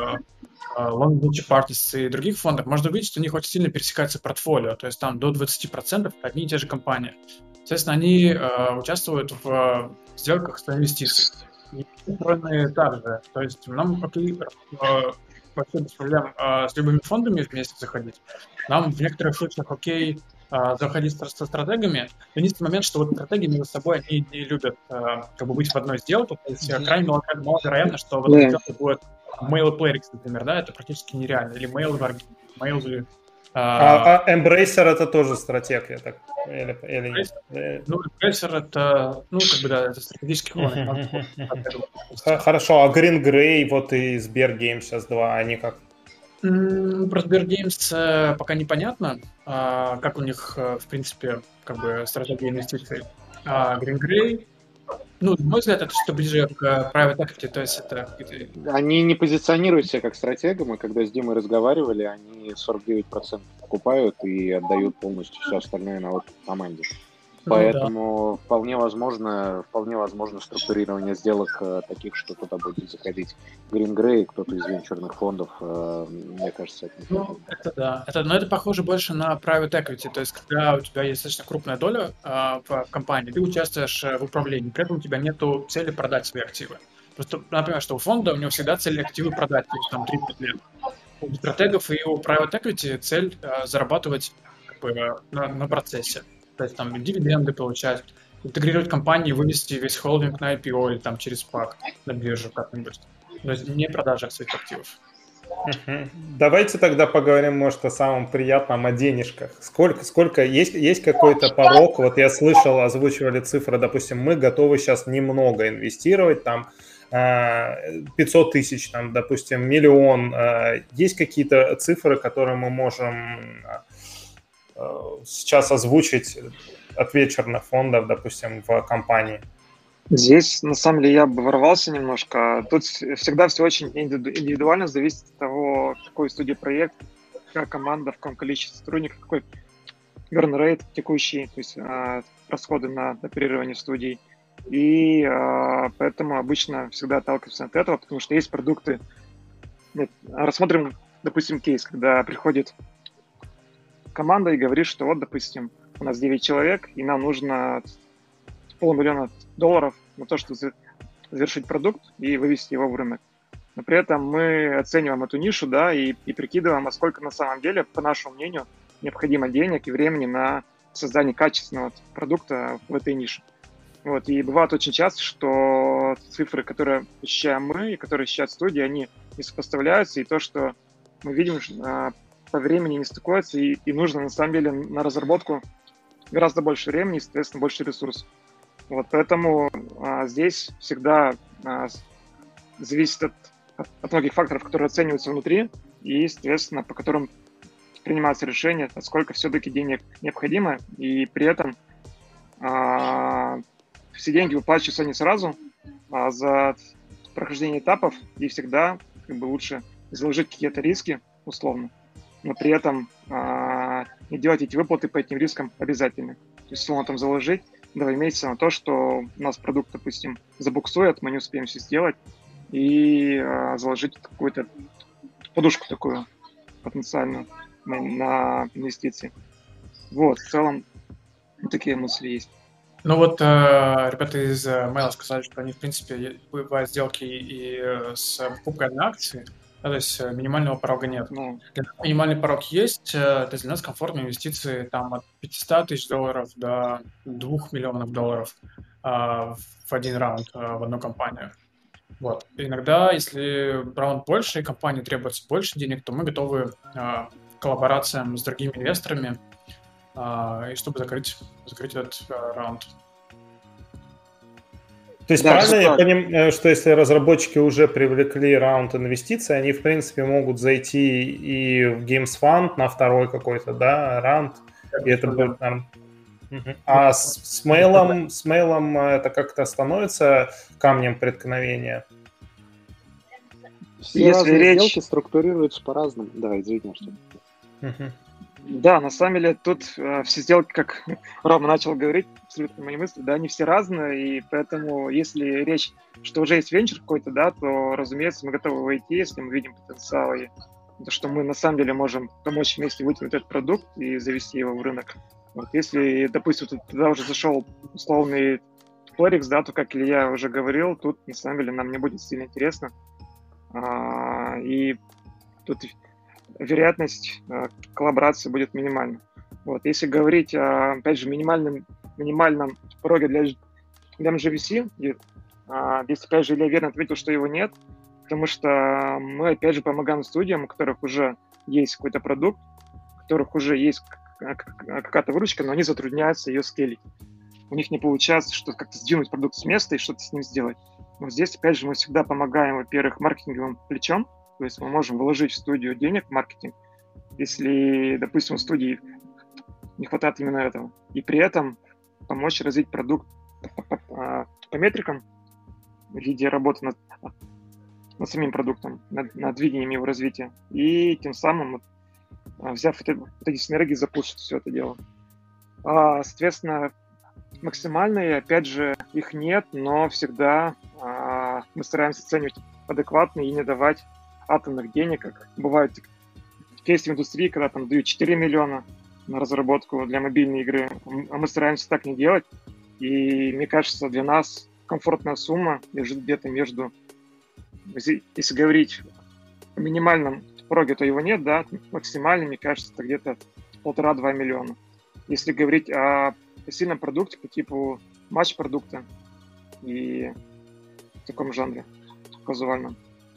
Long Beach Partners и других фондов, можно увидеть, что у них очень сильно пересекается портфолио, то есть там до 20% одни и те же компании. Соответственно, они участвуют в сделках с инвестициями. И устроены также. То есть нам вообще без проблем с любыми фондами вместе заходить. Нам в некоторых случаях окей заходить со стратегами. Но единственный момент, что вот стратеги между собой они не любят как бы быть в одной сделке. То есть крайне маловероятно, что в этой сделке будет Mail и Playrix, например, да, это практически нереально. Или Mail и Wargaming, Mail и... Embracer это тоже стратег, я так... Или нет? Ну, Embracer это, как бы, да, это стратегический ход. Хорошо, а Green Grey, вот и Sber Games сейчас два, они как? Про Sber Games пока непонятно, как у них, в принципе, как бы стратегия инвестиций. Green Grey, на мой взгляд, это что ближе к private equity, то есть это... Они не позиционируют себя как стратега, мы когда с Димой разговаривали, они 49% покупают и отдают полностью все остальное на команде. Поэтому вполне возможно структурирование сделок таких, что туда будет заходить Green Grey, кто-то из венчурных фондов, мне кажется, это не это да. Но это похоже больше на private equity, то есть когда у тебя есть достаточно крупная доля в компании, ты участвуешь в управлении, при этом у тебя нету цели продать свои активы. Просто например, что у фонда у него всегда цель активы продать, то есть там 30 лет. У стратегов и у private equity цель зарабатывать как бы, на процессе. То есть там дивиденды получать, интегрировать компании, вывести весь холдинг на IPO или там через SPAC на биржу как-нибудь. То есть не продажа своих активов. Давайте тогда поговорим, может, о самом приятном, о денежках. Сколько есть какой-то порог? Вот я слышал, озвучивали цифры, допустим, мы готовы сейчас немного инвестировать, там 500 тысяч, там, допустим, миллион. Есть какие-то цифры, которые мы можем сейчас озвучить от вечерных фондов, допустим, в компании? Здесь, на самом деле, я бы ворвался немножко. Тут всегда все очень индивидуально, зависит от того, какой студии проект, какая команда, в каком количестве сотрудников, какой burn rate текущий, то есть расходы на оперирование студий. И поэтому обычно всегда отталкиваются от этого, потому что есть продукты. Рассмотрим, допустим, кейс, когда приходит команда и говорит, что вот, допустим, у нас 9 человек, и нам нужно $500 000 на то, чтобы завершить продукт и вывести его в рынок. Но при этом мы оцениваем эту нишу, да, и прикидываем, а сколько на самом деле, по нашему мнению, необходимо денег и времени на создание качественного продукта в этой нише. Вот. И бывает очень часто, что цифры, которые ощущаем мы и которые ощущают студии, они не сопоставляются, и то, что мы видим, по времени не стыкуется, и нужно на самом деле на разработку гораздо больше времени и, соответственно, больше ресурсов. Вот, поэтому здесь всегда зависит от многих факторов, которые оцениваются внутри, и, естественно, по которым принимается решение, сколько все-таки денег необходимо, и при этом все деньги выплачиваются не сразу, а за прохождение этапов, и всегда лучше заложить какие-то риски, условно, но при этом не делать эти выплаты по этим рискам обязательно. То есть, условно, там заложить 2 месяца на то, что у нас продукт, допустим, забуксует, мы не успеем все сделать, и заложить какую-то подушку такую потенциальную на инвестиции. Вот, в целом, такие мысли есть. Ну вот ребята из Mail сказали, что они, в принципе, бывают сделки и с покупкой одной акции, да, то есть минимального порога нет. Ну, Для нас минимальный порог есть, то есть для нас комфортные инвестиции там от $500 тысяч до $2 миллионов в один раунд в одну компанию. Вот. И иногда, если раунд больше, и компании требуется больше денег, то мы готовы к коллаборациям с другими инвесторами, и чтобы закрыть этот раунд. То есть Да, правильно я так. понимаю, что если разработчики уже привлекли раунд инвестиций, они, в принципе, могут зайти и в Games Fund на второй какой-то, да, раунд, и это будет нормально. А с мейлом это как-то становится камнем преткновения? Все Если разные речь- сделки структурируются по-разному. Да, извини, что... Да, на самом деле тут все сделки, как Рома начал говорить, абсолютно мои мысли, да, они все разные, и поэтому если речь, что уже есть венчур какой-то, да, то, разумеется, мы готовы войти, если мы видим потенциал, и то, что мы на самом деле можем помочь вместе вытянуть этот продукт и завести его в рынок. Вот если, допустим, туда уже зашел условный Флорикс, да, то, как Илья уже говорил, тут на самом деле нам не будет сильно интересно. И тут вероятность коллаборации будет минимальна. Вот. Если говорить, опять же, минимальном пороге для MJVC, здесь, опять же, Илья верно ответил, что его нет, потому что мы, опять же, помогаем студиям, у которых уже есть какой-то продукт, у которых уже есть какая-то выручка, но они затрудняются ее скейлить. У них не получается что-то как-то сдвинуть продукт с места и что-то с ним сделать. Но здесь, опять же, мы всегда помогаем, во-первых, маркетинговым плечом, то есть мы можем вложить в студию денег в маркетинг, если, допустим, у студии не хватает именно этого. И при этом помочь развить продукт по метрикам в виде работы над самим продуктом, над видением его развития. И тем самым, взяв эти синергии, запустить все это дело. Соответственно, максимальные, опять же, их нет, но всегда мы стараемся оценивать адекватно и не давать атомных денег, как бывают кейсы в индустрии, когда там дают 4 миллиона на разработку для мобильной игры, а мы стараемся так не делать, и мне кажется, для нас комфортная сумма лежит где-то между, если говорить о минимальном пороге, то его нет, да, максимально, мне кажется, это где-то 1,5-2 миллиона. Если говорить о сильном продукте по типу матч-продукта и в таком жанре казуальном,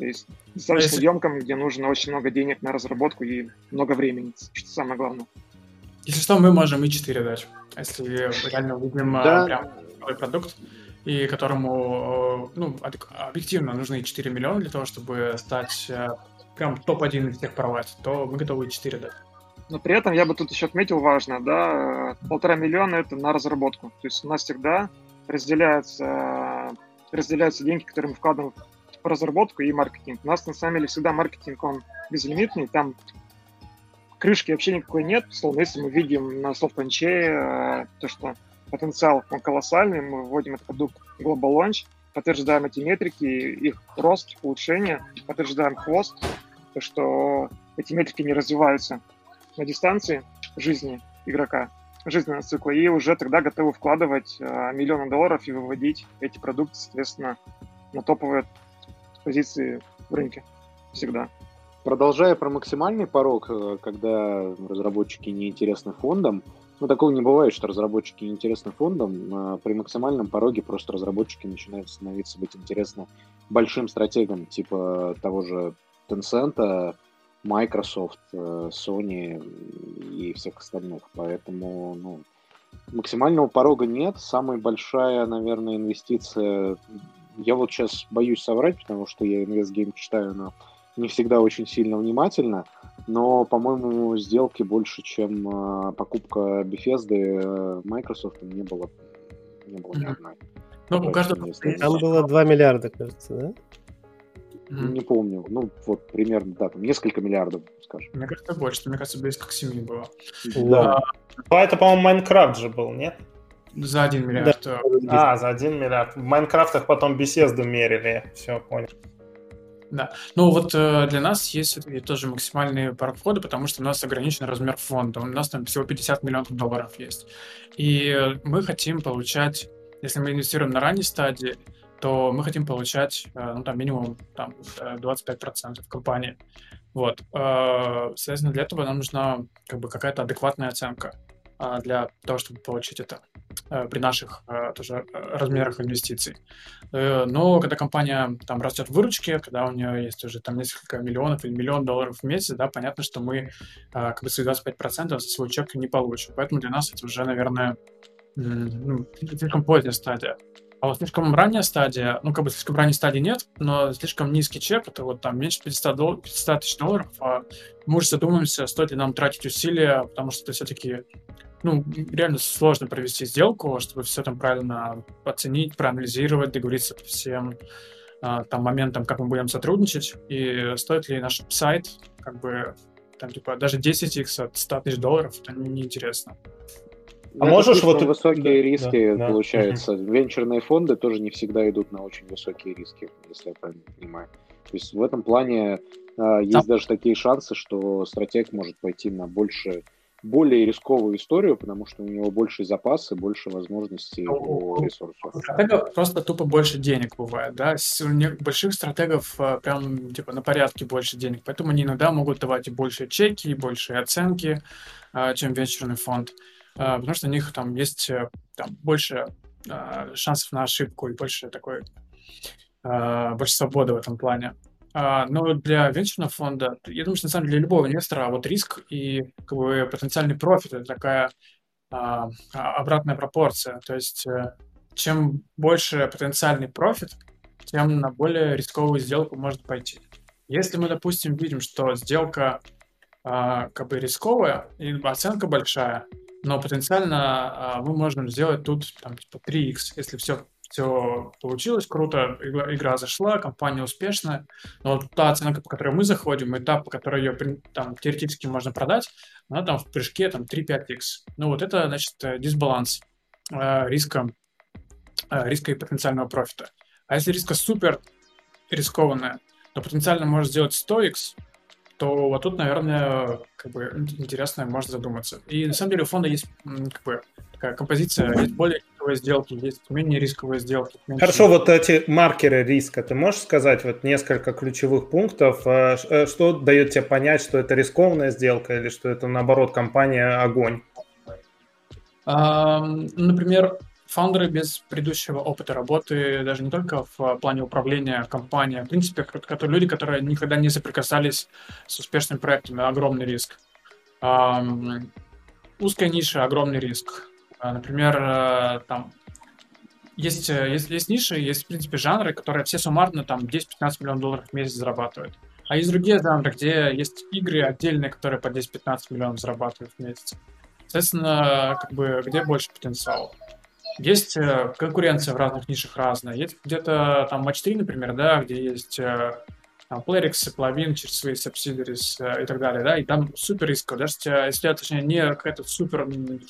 То есть достаточно емком, где нужно очень много денег на разработку и много времени, что самое главное. Если что, мы можем и 4 дать, если реально увидим прям новый продукт, и которому объективно нужны 4 миллиона для того, чтобы стать прям топ-1 из всех провайдеров, то мы готовы 4 дать. Но при этом я бы тут еще отметил важно, да, 1,5 миллиона это на разработку. То есть у нас всегда разделяются деньги, которые мы вкладываем в разработку и маркетинг. У нас на самом деле всегда маркетинг, он безлимитный, там крышки вообще никакой нет. Словно если мы видим на SoftPunch то, что потенциал он колоссальный, мы вводим этот продукт в Global Launch, подтверждаем эти метрики, их рост, улучшение, подтверждаем хвост, то, что эти метрики не развиваются на дистанции жизни игрока, жизненного цикла, и уже тогда готовы вкладывать миллионы долларов и выводить эти продукты, соответственно, на топовые позиции в рынке всегда. Продолжая про максимальный порог, когда разработчики неинтересны фондам, такого не бывает, что разработчики неинтересны фондам. При максимальном пороге просто разработчики начинают быть интересны большим стратегам, типа того же Tencent, Microsoft, Sony и всех остальных. Поэтому максимального порога нет. Самая большая, наверное, инвестиция... Я вот сейчас боюсь соврать, потому что я InvestGame читаю, но не всегда очень сильно внимательно. Но, по-моему, сделки больше, чем покупка Bethesda Microsoft, не было ни одной. У каждого... Там было 2 миллиарда, кажется, да? Не помню. Примерно, да, там несколько миллиардов, скажем. Мне кажется, больше. Мне кажется, близко к 7 было. Да. Это, по-моему, Майнкрафт же был, нет? За 1 миллиард. Да. За 1 миллиард. В Майнкрафтах потом Bethesda мерили. Все, понял. Да. Для нас есть тоже максимальный порог входа, потому что у нас ограниченный размер фонда. У нас там всего 50 миллионов долларов есть. И мы хотим получать, если мы инвестируем на ранней стадии, то мы хотим получать минимум 25% в компании. Соответственно, для этого нам нужна какая-то адекватная оценка для того, чтобы получить это при наших тоже размерах инвестиций. Но когда компания растет в выручке, когда у нее есть уже несколько миллионов или $1 миллион в месяц, да, понятно, что мы свои 25% за свой чек не получим. Поэтому для нас это уже, наверное, слишком поздняя стадия. А вот слишком ранняя стадия, слишком ранней стадии нет, но слишком низкий чек, это меньше 500 тысяч долларов, мы уже задумаемся, стоит ли нам тратить усилия, потому что это все-таки реально сложно провести сделку, чтобы все правильно оценить, проанализировать, договориться по всем моментам, как мы будем сотрудничать, и стоит ли наш сайт, даже 10x от 100 тысяч долларов, это неинтересно. Можешь высокие риски, получается. Венчурные фонды тоже не всегда идут на очень высокие риски, если я правильно понимаю. То есть в этом плане есть даже такие шансы, что стратег может пойти на более рисковую историю, потому что у него больше запасы, больше возможностей по ресурсу. У стратегов просто тупо больше денег бывает, да? У больших стратегов прям на порядке больше денег, поэтому они иногда могут давать и больше чеки, и больше оценки, чем венчурный фонд. Потому что у них есть больше шансов на ошибку и больше свободы в этом плане. Но для венчурного фонда, я думаю, что на самом деле для любого инвестора риск и потенциальный профит — это такая обратная пропорция. То есть чем больше потенциальный профит, тем на более рисковую сделку может пойти. Если мы, допустим, видим, что сделка рисковая и оценка большая, но потенциально мы можем сделать тут 3x, если все получилось круто, игра зашла, компания успешная, но та оценка, по которой мы заходим, и та, по которой ее теоретически можно продать, она в прыжке 3-5x. Это, значит, дисбаланс риска и потенциального профита. А если риска супер рискованная, то потенциально может сделать 100x, то тут, наверное, интересно, можно задуматься. И на самом деле у фонда есть такая композиция, есть более рисковые сделки, есть менее рисковые сделки. Хорошо, эти маркеры риска, ты можешь сказать несколько ключевых пунктов, что дает тебе понять, что это рискованная сделка или что это, наоборот, компания огонь? Например, фаундеры без предыдущего опыта работы, даже не только в плане управления компанией, а в принципе, люди, которые никогда не соприкасались с успешными проектами, огромный риск. Узкая ниша, огромный риск. Например, там есть ниши, есть, в принципе, жанры, которые все суммарно там 10-15 миллионов долларов в месяц зарабатывают. А есть другие жанры, где есть игры отдельные, которые по 10-15 миллионов зарабатывают в месяц. Соответственно, как бы, где больше потенциал? Есть конкуренция в разных нишах разная. Есть где-то там Match 3, например, да, где есть там Playrix, Plavin через свои subsidiaries и так далее, да, и там супер рисково. Даже если, точнее, не какая-то супер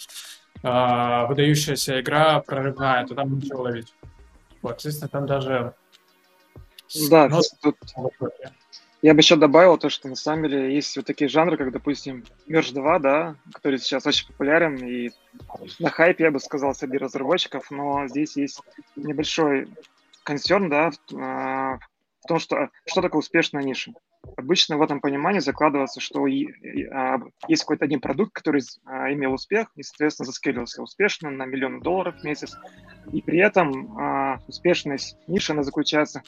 выдающаяся игра прорывная, то там ничего ловить. Вот, естественно, там даже... Да, тут я бы еще добавил то, что на самом деле есть вот такие жанры, как, допустим, Merge 2, да, который сейчас очень популярен и на хайпе, я бы сказал, среди разработчиков, но здесь есть небольшой консерн, да, в том, что такое успешная ниша. Обычно в этом понимании закладывается, что есть какой-то один продукт, который имел успех и, соответственно, заскейлился успешно на $1 миллион в месяц. И при этом успешность ниши, она заключается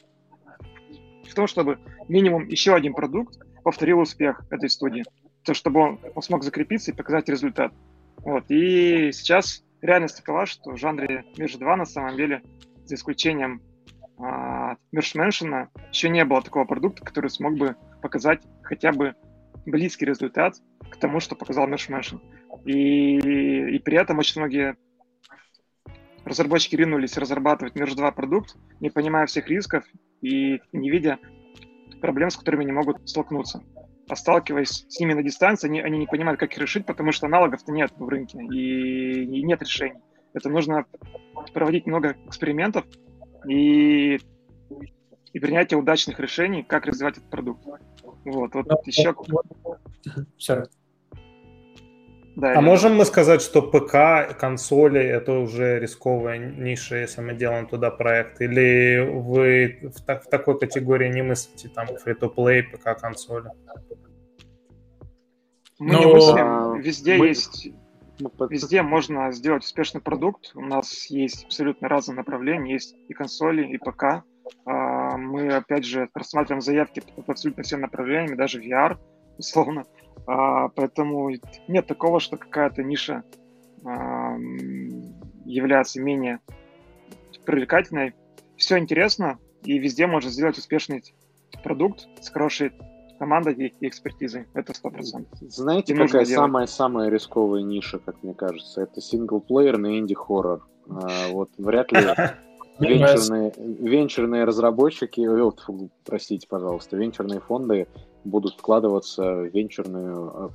в том, чтобы минимум еще один продукт повторил успех этой студии, то чтобы он смог закрепиться и показать результат. Вот. И сейчас реальность такова, что в жанре Merge 2 на самом деле, за исключением Merge Mansion, еще не было такого продукта, который смог бы показать хотя бы близкий результат к тому, что показал Merge Mansion. И при этом очень многие разработчики ринулись разрабатывать Merge 2 продукт, не понимая всех рисков и не видя проблем, с которыми они могут столкнуться. А сталкиваясь с ними на дистанции, они не понимают, как их решить, потому что аналогов-то нет в рынке и нет решений. Это нужно проводить много экспериментов и принятие удачных решений, как развивать этот продукт. Вот еще... Sorry. Да, можем мы сказать, что ПК, консоли — это уже рисковая ниша, если мы делаем туда проект? Или вы в такой категории не мыслите, там, фри-то-плей, ПК, консоли? Мы не мыслим. Везде можно сделать успешный продукт. У нас есть абсолютно разные направления. Есть и консоли, и ПК. Мы, опять же, рассматриваем заявки по абсолютно всем направлениям, даже VR, условно. Поэтому нет такого, что какая-то ниша является менее привлекательной. Все интересно, и везде можно сделать успешный продукт с хорошей командой и экспертизой. Это 100%. Знаете, какая самая рисковая ниша, как мне кажется? Это синглплеерный инди-хоррор. Вот вряд ли венчурные разработчики, простите, пожалуйста, венчурные фонды будут вкладываться в венчурную...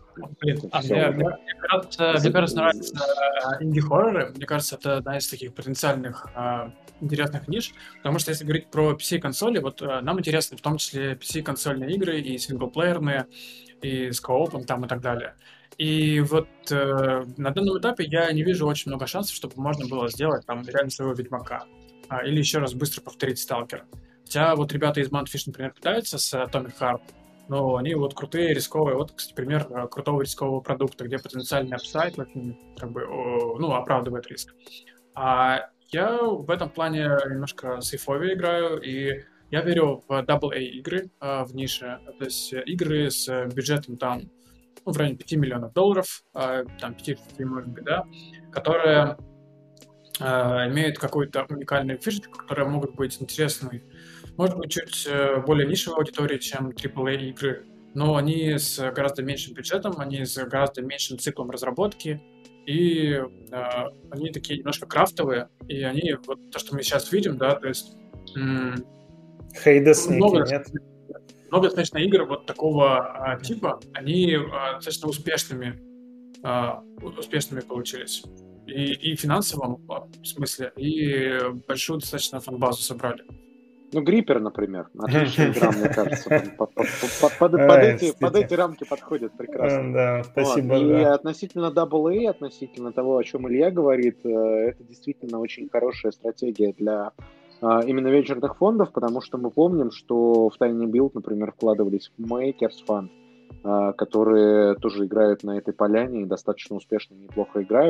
Мне кажется, нравятся инди-хорроры. Мне кажется, это одна из таких потенциальных интересных ниш, потому что если говорить про PC-консоли, вот нам интересны в том числе PC-консольные игры и синглплеерные, и с коопом там и так далее. И вот на данном этапе я не вижу очень много шансов, чтобы можно было сделать там реально своего Ведьмака. Или еще раз быстро повторить Сталкера. Хотя вот ребята из Mountfish, например, пытаются с Atomic Heart, но они вот крутые, рисковые. Вот, кстати, пример крутого рискового продукта, где потенциальный апсайд как бы, оправдывает риск. А я в этом плане немножко сейфовее играю, и я верю в AA игры в нише. То есть игры с бюджетом там в районе $5 миллионов, там 5-6, может быть, да, которые имеют какую-то уникальную фишечку, которые могут быть интересны, может быть, чуть более нишевой аудитории, чем AAA игры, но они с гораздо меньшим бюджетом, они с гораздо меньшим циклом разработки, и они такие немножко крафтовые, и они, вот то, что мы сейчас видим, да, то есть... Хейдес нет? Много достаточно игр вот такого типа, они достаточно успешными получились. И в финансовом смысле, и большую достаточно фан-базу собрали. Ну, Гриппер, например. Отличная игра, мне кажется. Под эти рамки подходит прекрасно. Да, спасибо. И относительно AA, относительно того, о чем Илья говорит, это действительно очень хорошая стратегия для именно венчурных фондов, потому что мы помним, что в Tiny Build, например, вкладывались в Makers Fund, которые тоже играют на этой поляне и достаточно успешно и неплохо играют.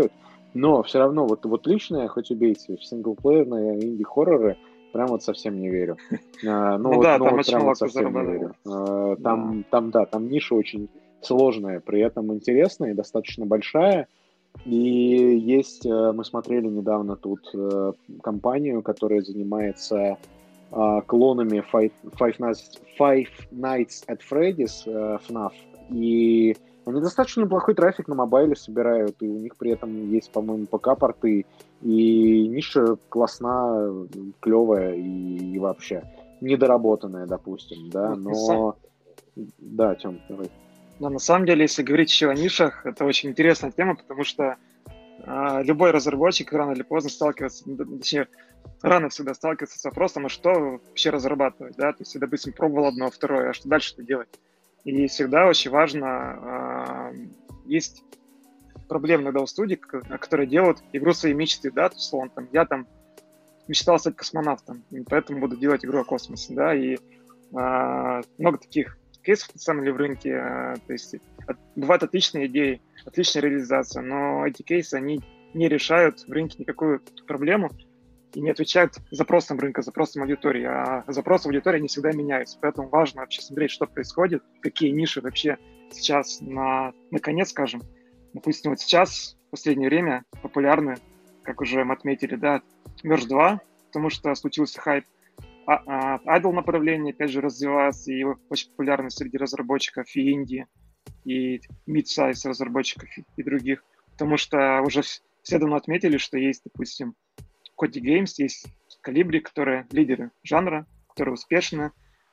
Но все равно, вот лично я, хоть убейте, в синглплеерные инди-хорроры прям вот совсем не верю. Ну да, там Вот очень прям мало вот кто совсем не зарабатывает. верю. Да. Там ниша очень сложная, при этом интересная и достаточно большая. И есть, мы смотрели недавно тут компанию, которая занимается клонами Five Nights at Freddy's, FNAF, и они достаточно неплохой трафик на мобайле собирают, и у них при этом есть, по-моему, ПК-порты, и ниша классна, клевая и вообще недоработанная, допустим, да, Вот на самом- но... Да, Тём, давай. Но на самом деле, если говорить еще о нишах, это очень интересная тема, потому что любой разработчик рано или поздно сталкивается, точнее, рано всегда сталкивается с вопросом, а что вообще разрабатывать, да, то есть, я, допустим, пробовал одно, второе, а что дальше-то делать? И всегда очень важно, есть проблемы иногда у студий, которые делают игру своей мечты, да, то есть, условно, там, я там мечтал стать космонавтом, и поэтому буду делать игру о космосе, да, и много таких кейсов, на самом деле, в рынке, то есть бывают отличные идеи, отличная реализация, но эти кейсы, они не решают в рынке никакую проблему и не отвечают запросам рынка, запросам аудитории, а запросы аудитории не всегда меняются, поэтому важно вообще смотреть, что происходит, какие ниши вообще сейчас на конец, скажем, допустим, вот сейчас, в последнее время, популярны, как уже мы отметили, да, Merge 2, потому что случился хайп, Idle направление, опять же, развивается, и его очень популярность среди разработчиков и инди, и mid-size разработчиков и других, потому что уже все давно отметили, что есть, допустим, Kodi Games, есть Calibri, которые лидеры жанра, которые успешны,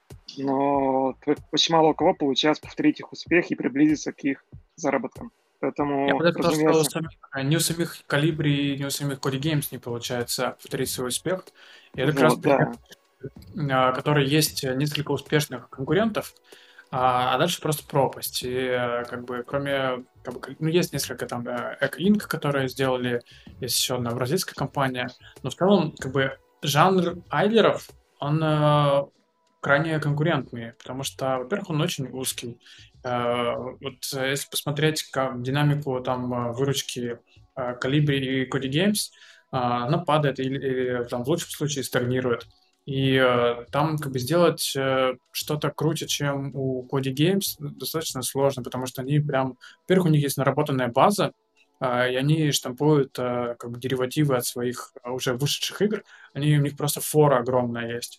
но очень мало у кого получается повторить их успех и приблизиться к их заработкам. Я Поэтому, бы даже сказал, что разумеется, ни у самих Calibri, ни у самих Kodi Games не получается повторить свой успех. И это как раз вот, пример, да. который есть несколько успешных конкурентов, а дальше просто пропасть. И как бы кроме, ну, есть несколько там Egg Inc., которые сделали, есть еще одна бразильская компания, но в целом как бы жанр айдлеров, он крайне конкурентный, потому что, во-первых, он очень узкий. Вот если посмотреть как динамику там выручки Calibri и Kodi Games, она падает или там в лучшем случае стагнирует. И там как бы сделать что-то круче, чем у Kodi Games, достаточно сложно, потому что они прям... Во-первых, у них есть наработанная база, и они штампуют как бы деривативы от своих уже вышедших игр. У них просто фора огромная есть.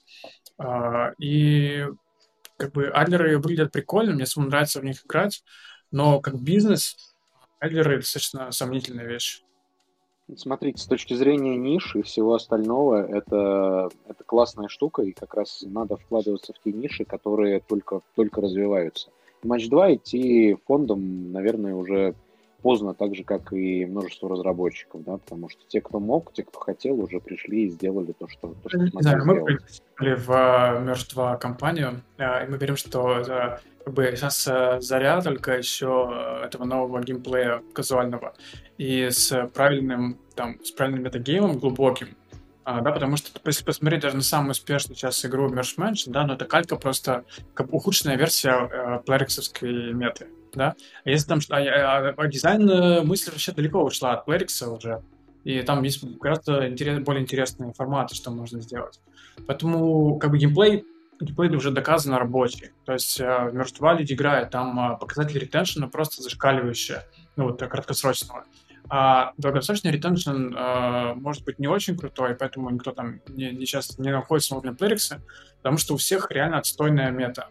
И как бы адлеры выглядят прикольно, мне самому нравится в них играть, но как бизнес адлеры достаточно сомнительная вещь. Смотрите, с точки зрения ниш и всего остального, это классная штука, и как раз надо вкладываться в те ниши, которые только развиваются. Матч 2 идти фондом, наверное, уже поздно, так же, как и множество разработчиков, да, потому что те, кто мог, те, кто хотел, уже пришли и сделали то, что Не смогли знаю, мы сделать. приехали в Merge 2 компанию, и мы верим, что как бы сейчас заря только еще этого нового геймплея казуального и с правильным метагеймом глубоким, да, потому что если посмотреть даже на самую успешную сейчас игру Merge Mansion, да, но это калька просто как ухудшенная версия плериксовской меты, да. А если там дизайн мысль вообще далеко ушла от плерикса уже, и там есть гораздо более интересные форматы, что можно сделать. Поэтому как бы геймплей уже доказано рабочий. То есть в Merge 2 люди играют, там показатели ретеншена просто зашкаливающие, ну вот краткосрочного. А долгосрочный ретеншн может быть не очень крутой, поэтому никто там часто не находится на уровне плерикса, потому что у всех реально отстойная мета.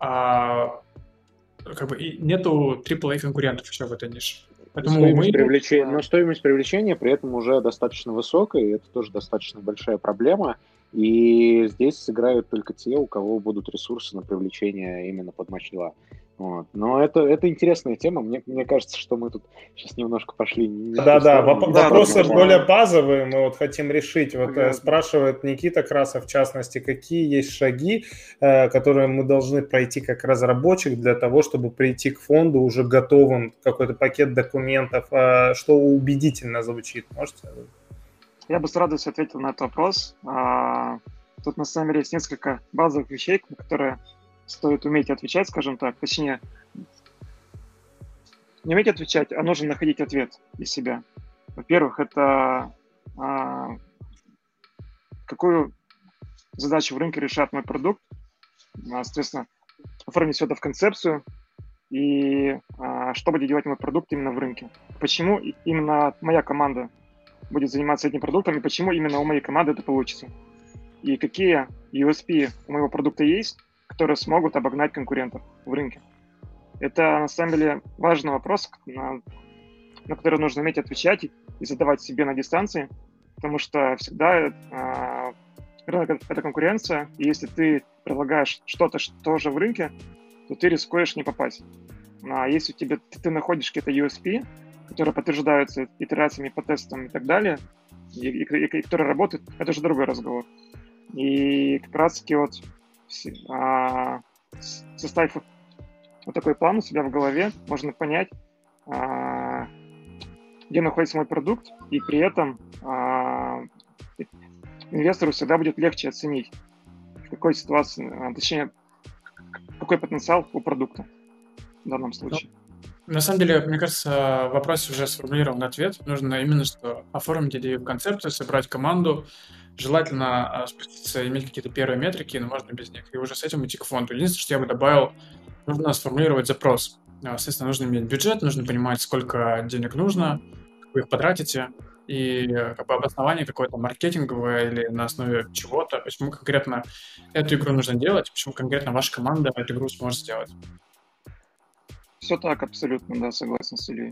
Как бы и нету AAA конкурентов еще в этой нише. Поэтому стоимость привлечения при этом уже достаточно высокая, и это тоже достаточно большая проблема. И здесь сыграют только те, у кого будут ресурсы на привлечение именно под матч 2. Вот. Но это интересная тема. Мне кажется, что мы тут сейчас немножко пошли... Да, вопросы более базовые мы вот хотим решить. Вот спрашивает Никита Красов, в частности, какие есть шаги, которые мы должны пройти как разработчик для того, чтобы прийти к фонду уже готовым, какой-то пакет документов, что убедительно звучит. Можете? Я бы с радостью ответил на этот вопрос. Тут на самом деле есть несколько базовых вещей, на которые стоит уметь отвечать, скажем так. Точнее, не уметь отвечать, а нужно находить ответ для себя. Во-первых, это какую задачу в рынке решает мой продукт, соответственно, оформить все это в концепцию, и что будет делать мой продукт именно в рынке. Почему именно моя команда будет заниматься этим продуктом, и почему именно у моей команды это получится. И какие USP у моего продукта есть, которые смогут обогнать конкурентов в рынке. Это, на самом деле, важный вопрос, на который нужно уметь отвечать и задавать себе на дистанции, потому что всегда рынок – это конкуренция, и если ты предлагаешь что-то, что же в рынке, то ты рискуешь не попасть. А если ты находишь какие-то USP, которые подтверждаются итерациями по тестам и так далее, и которые работают, это уже другой разговор. И как раз-таки вот составив вот такой план у себя в голове, можно понять, где находится мой продукт, и при этом инвестору всегда будет легче оценить, в какой ситуации, точнее, какой потенциал у продукта в данном случае. На самом деле, мне кажется, в вопросе уже сформулирован ответ. Нужно именно что оформить идею в концепцию, собрать команду, желательно спуститься, иметь какие-то первые метрики, но можно без них, и уже с этим идти к фонду. Единственное, что я бы добавил, нужно сформулировать запрос. Соответственно, нужно иметь бюджет, нужно понимать, сколько денег нужно, как вы их потратите, и как бы обоснование какое-то маркетинговое или на основе чего-то, почему конкретно эту игру нужно делать, почему конкретно ваша команда эту игру сможет сделать. Все так, абсолютно, да, согласен с Ильей.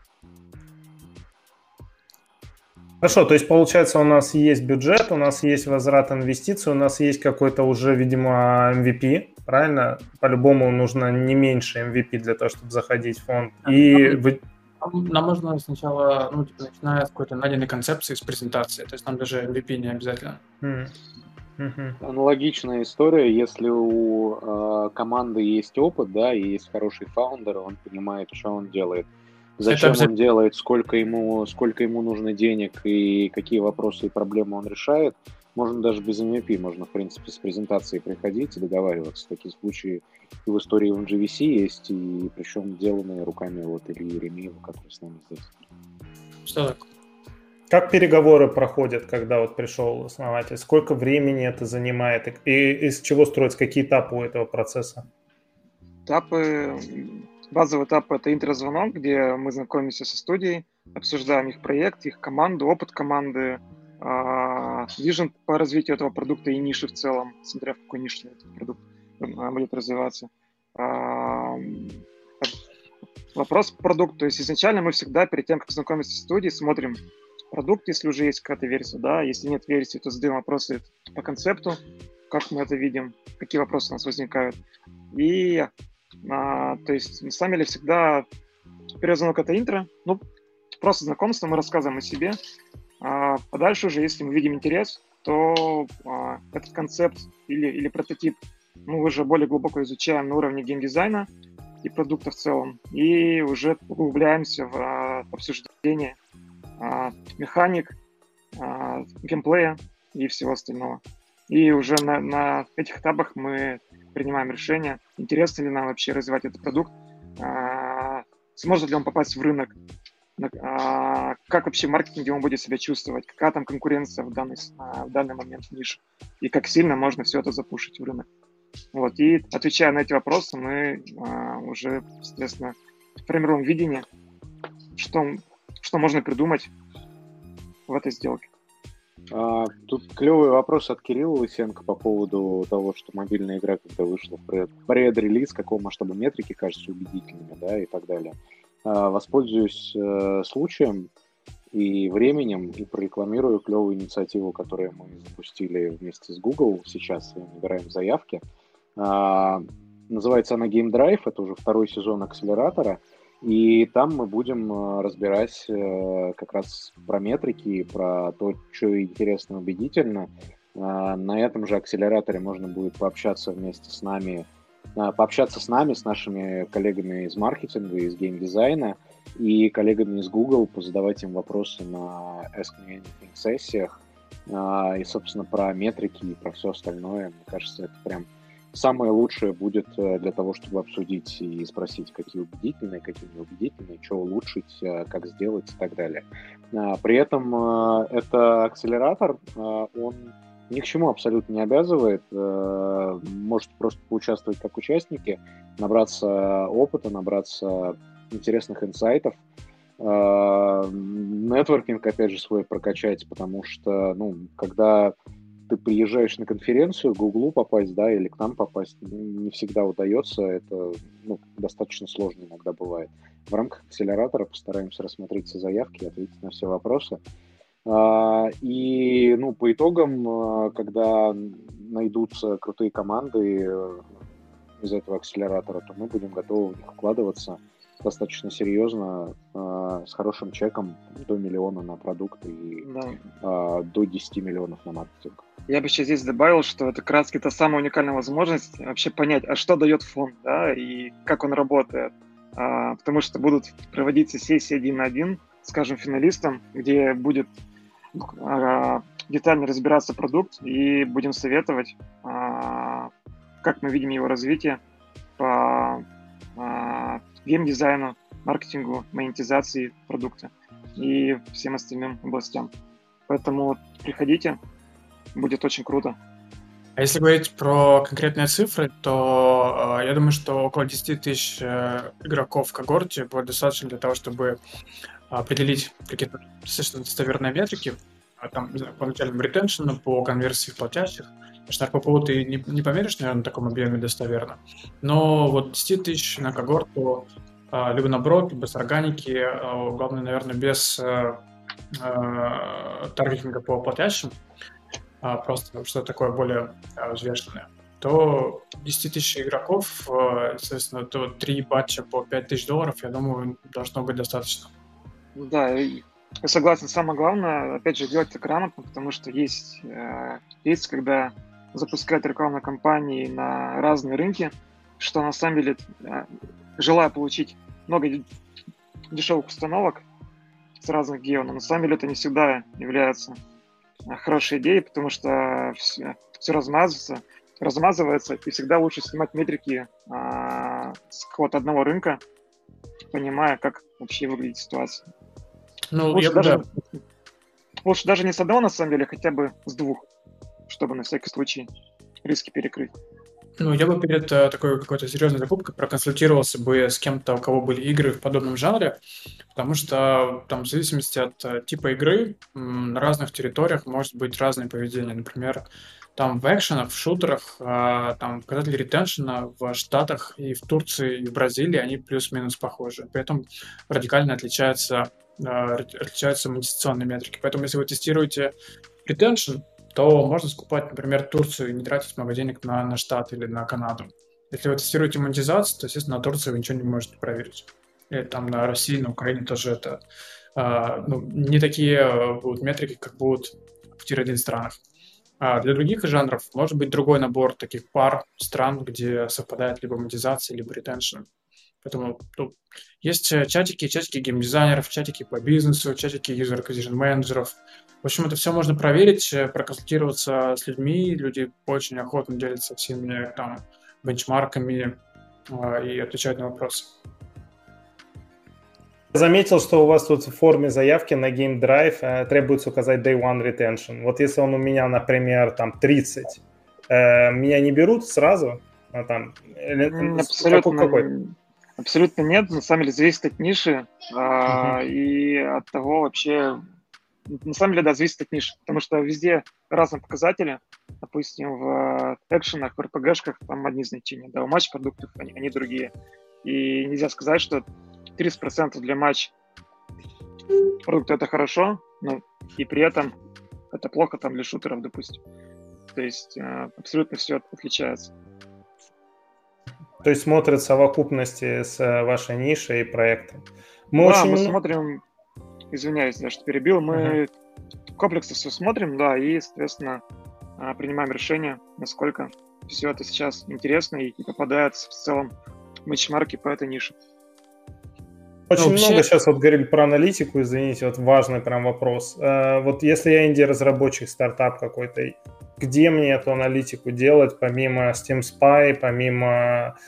Хорошо, то есть получается у нас есть бюджет, у нас есть возврат инвестиций, у нас есть какой-то уже, видимо, MVP, правильно? По-любому нужно не меньше MVP для того, чтобы заходить в фонд. Нам можно сначала, начиная с какой-то найденной концепции, с презентации, то есть нам даже MVP не обязательно. Аналогичная история, если у команды есть опыт, да, и есть хороший фаундер, он понимает, что он делает, зачем он делает, сколько ему нужно денег и какие вопросы и проблемы он решает. Можно даже без MVP, можно, в принципе, с презентацией приходить и договариваться. Такие случаи и в истории в GVC есть, и причем сделанные руками Ильи Еремеева, который с нами здесь. Что так? Как переговоры проходят, когда вот пришел основатель? Сколько времени это занимает? И из чего строятся? Какие этапы у этого процесса? Базовый этап – это интрозвонок, где мы знакомимся со студией, обсуждаем их проект, их команду, опыт команды, вижен по развитию этого продукта и ниши в целом, смотря в какой нише этот продукт будет развиваться. Вопрос по продукту. То есть изначально мы всегда перед тем, как знакомиться с студией, смотрим продукт, если уже есть какая-то версия, да, если нет версии, то задаем вопросы по концепту, как мы это видим, какие вопросы у нас возникают. И, то есть, на самом деле, всегда первый звонок – это интро, просто знакомство, мы рассказываем о себе, а дальше уже, если мы видим интерес, то этот концепт или прототип мы уже более глубоко изучаем на уровне геймдизайна и продукта в целом, и уже углубляемся в обсуждение механик, геймплея и всего остального. И уже на этих этапах мы принимаем решение, интересно ли нам вообще развивать этот продукт, сможет ли он попасть в рынок, как вообще в маркетинге он будет себя чувствовать, какая там конкуренция в данный момент в нише, и как сильно можно все это запушить в рынок. Вот. И отвечая на эти вопросы, мы уже, соответственно, формируем видение, что можно придумать в этой сделке. Тут клевый вопрос от Кирилла Лысенко по поводу того, что мобильная игра, когда вышла в пред-релиз, какого масштаба метрики кажутся убедительными, да, и так далее. Воспользуюсь случаем и временем и прорекламирую клевую инициативу, которую мы запустили вместе с Google. Сейчас набираем заявки. Называется она Game Drive, это уже второй сезон акселератора. И там мы будем разбирать как раз про метрики, про то, что интересно, убедительно. На этом же акселераторе можно будет пообщаться вместе с нами, с нашими коллегами из маркетинга, из геймдизайна и коллегами из Google, позадавать им вопросы на Ask Me Anything сессиях и, собственно, про метрики и про все остальное. Мне кажется, это прям самое лучшее будет для того, чтобы обсудить и спросить, какие убедительные, какие неубедительные, что улучшить, как сделать и так далее. При этом это акселератор, он ни к чему абсолютно не обязывает. Можете просто поучаствовать как участники, набраться опыта, набраться интересных инсайтов, нетворкинг, опять же, свой прокачать, потому что, когда ты приезжаешь на конференцию, к Гуглу попасть, да, или к нам попасть, не всегда удается, это, достаточно сложно иногда бывает. В рамках акселератора постараемся рассмотреть все заявки, ответить на все вопросы. И, по итогам, когда найдутся крутые команды из этого акселератора, то мы будем готовы в них вкладываться достаточно серьезно, с хорошим чеком до 1 миллиона на продукт и до 10 миллионов на маркетинг. Я бы еще здесь добавил, что это как раз та самая уникальная возможность вообще понять, а что дает фонд, да, и как он работает. Потому что будут проводиться сессии 1 на 1 с каждым финалистом, где будет детально разбираться продукт, и будем советовать, как мы видим его развитие по геймдизайну, маркетингу, монетизации продукта и всем остальным областям. Поэтому приходите, будет очень круто. А если говорить про конкретные цифры, то я думаю, что около 10 тысяч игроков в когорте будет достаточно для того, чтобы определить какие-то достаточно достоверные метрики, там, по начальному ретеншену, по конверсии в платящих. Конечно, РППУ ты не померишь, наверное, на таком объеме достоверно, но вот 10 тысяч на когорту, либо наоборот, либо с органики, главное, наверное, без таргетинга по платящим, просто что-то такое более взвешенное, то 10 тысяч игроков, соответственно, то 3 батча по $5000, я думаю, должно быть достаточно. Да, я согласен. Самое главное, опять же, делать это грамотно, потому что есть, когда запускают рекламные кампании на разные рынки, что на самом деле, желая получить много дешевых установок с разных гео, но на самом деле это не всегда является хорошей идеей, потому что все размазывается, и всегда лучше снимать метрики с какого-то одного рынка, понимая, как вообще выглядит ситуация. Лучше даже не с одного, на самом деле, хотя бы с 2, чтобы на всякий случай риски перекрыть. Я бы перед такой какой-то серьезной закупкой проконсультировался бы с кем-то, у кого были игры в подобном жанре, потому что там в зависимости от типа игры на разных территориях может быть разное поведение. Например, там в экшенах, в шутерах, там показатели ретеншена в Штатах и в Турции, и в Бразилии, они плюс-минус похожи. При этом радикально отличаются монетизационные метрики. Поэтому если вы тестируете ретеншн, то можно скупать, например, Турцию и не тратить много денег на Штат или на Канаду. Если вы тестируете монетизацию, то, естественно, на Турции вы ничего не можете проверить. Или там на России, на Украине тоже это не такие будут метрики, как будут в тир-1 странах. А для других жанров может быть другой набор таких пар стран, где совпадает либо монетизация, либо ретеншн. Поэтому есть чатики геймдизайнеров, чатики по бизнесу, чатики user acquisition менеджеров. В общем, это все можно проверить, проконсультироваться с людьми. Люди очень охотно делятся всеми там бенчмарками и отвечают на вопросы. Я заметил, что у вас тут в форме заявки на Game Drive требуется указать Day One Retention. Вот если он у меня, например, там 30, меня не берут сразу? Абсолютно нет. На самом деле зависит от ниши и от того вообще... На самом деле, да, зависит от ниши, потому что везде разные показатели. Допустим, в экшенах, в РПГшках там одни значения, да, у матч-продуктов они другие. И нельзя сказать, что 30% для матч-продукта это хорошо, но и при этом это плохо там для шутеров, допустим. То есть абсолютно все отличается. То есть смотрят совокупности с вашей нишей и проектом. Мы смотрим... Извиняюсь, да, что перебил. Мы комплексно все смотрим, да, и, соответственно, принимаем решение, насколько все это сейчас интересно и попадает в целом в бенчмарки по этой нише. Очень много сейчас вот говорили про аналитику, извините, вот важный прям вопрос. Вот если я инди-разработчик, стартап какой-то, где мне эту аналитику делать, помимо Steam Spy, помимо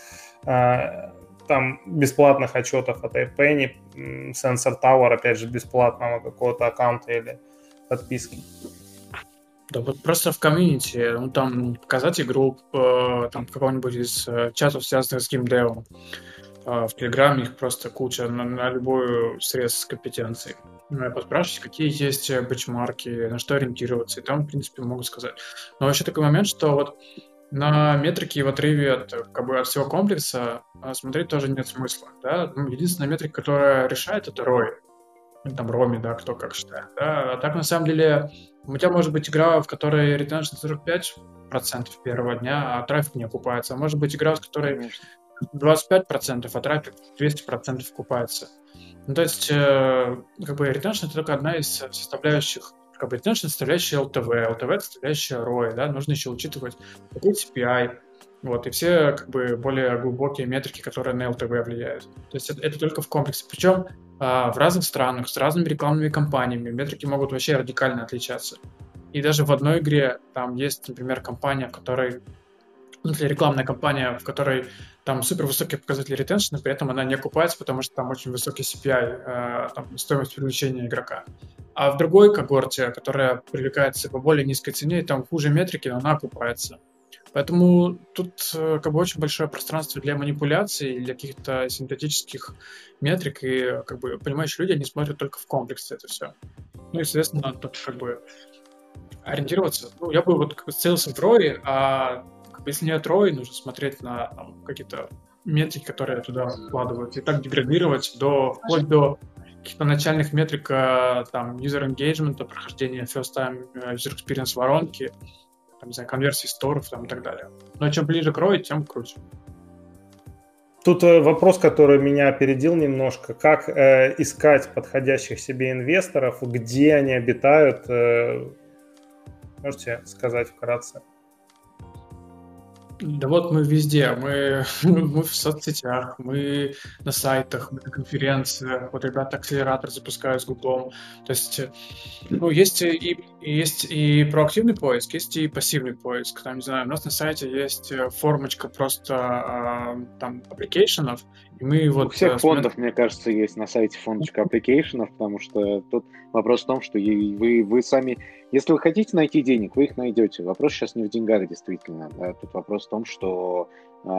там бесплатных отчетов от iPenny, Sensor Tower, опять же, бесплатного какого-то аккаунта или подписки. Да вот просто в комьюнити, ну там показать игру там какого-нибудь из чатов, связанных с геймдевом. В Телеграме их просто куча на любой срез компетенций. Поспрашивать, какие есть бенчмарки, на что ориентироваться, и там, в принципе, могут сказать. Но еще такой момент, что вот на метрике в отрыве от всего комплекса смотреть тоже нет смысла. Да? Единственная метрика, которая решает, это ROI. Там Роми, да, кто как считает. Да? А так, на самом деле, у тебя может быть игра, в которой ретеншн 45% первого дня, а трафик не окупается. А может быть игра, в которой 25%, а трафик 200% окупается. Ну, то есть, ретеншн — это только одна из составляющих. Ретеншн — составляющая LTV, LTV — составляющая ROI, да, нужно еще учитывать CPI, вот, и все, более глубокие метрики, которые на LTV влияют. То есть это только в комплексе. Причем в разных странах, с разными рекламными кампаниями метрики могут вообще радикально отличаться. И даже в одной игре там есть, например, компания, в которой рекламная кампания, в которой там супер высокие показатели ретеншена, при этом она не окупается, потому что там очень высокий CPI, там, стоимость привлечения игрока. А в другой когорте, которая привлекается по более низкой цене, там хуже метрики, но она окупается. Поэтому тут очень большое пространство для манипуляций, для каких-то синтетических метрик, и понимающие люди, они смотрят только в комплексе это все. Ну и, соответственно, тут ориентироваться. Ну, я бы целился в ROI, а если нет ROI, нужно смотреть на какие-то метрики, которые туда вкладывают, и так деградировать вплоть до каких-то начальных метрик, там, user engagement, прохождения first time user experience воронки, там, не знаю, конверсии сторов там, и так далее. Но чем ближе к ROI, тем круче. Тут вопрос, который меня опередил немножко. Как искать подходящих себе инвесторов, где они обитают? Можете сказать вкратце? Да вот мы везде, мы в соцсетях, мы на сайтах, мы на конференциях, вот ребята акселератор запускают с Гуглом. То есть, есть и проактивный поиск, есть и пассивный поиск. Там, не знаю, у нас на сайте есть формочка просто там аппликейшенов, и мы У всех фондов, мне кажется, есть на сайте фондочка аппликейшенов, потому что тут вопрос в том, что вы сами... Если вы хотите найти денег, вы их найдете. Вопрос сейчас не в деньгах, действительно. Да? Тут вопрос в том, что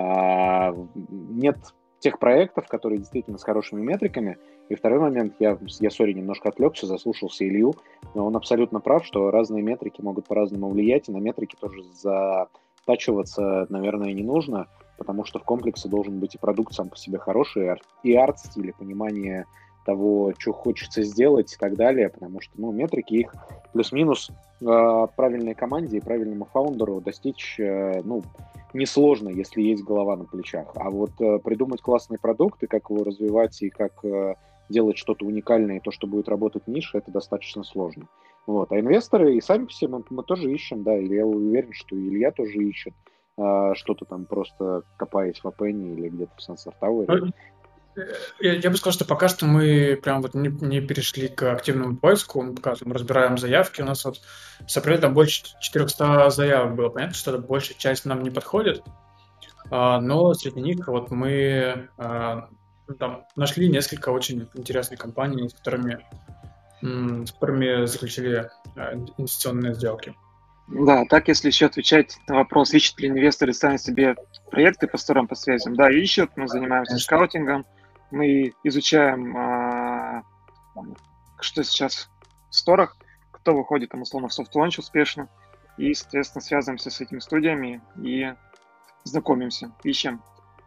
нет тех проектов, которые действительно с хорошими метриками. И второй момент, я сори, немножко отвлекся, заслушался Илью, но он абсолютно прав, что разные метрики могут по-разному влиять, и на метрики тоже затачиваться, наверное, не нужно, потому что в комплексе должен быть и продукт сам по себе хороший, и арт-стиль, и понимание того, что хочется сделать и так далее, потому что, метрики их плюс-минус правильной команде и правильному фаундеру достичь, несложно, если есть голова на плечах. А вот придумать классный продукт и как его развивать, и как делать что-то уникальное, и то, что будет работать в нише, это достаточно сложно. Вот. А инвесторы и сами все мы тоже ищем, да, и я уверен, что Илья тоже ищет что-то там, просто копаясь в Appenny или где-то в Sensor Tower. Я бы сказал, что пока что мы прям не перешли к активному поиску, мы пока разбираем заявки. У нас с апреля там больше 400 заявок было. Понятно, что большая часть нам не подходит, но среди них мы там нашли несколько очень интересных компаний, с которыми заключили инвестиционные сделки. Да, так если еще отвечать на вопрос, ищут ли инвесторы сами себе проекты по сторон, по связям, да, ищут, мы занимаемся скаутингом, мы изучаем, что сейчас в сторах, кто выходит, там, условно, в софт-лонч успешно, и, соответственно, связываемся с этими студиями и знакомимся, ищем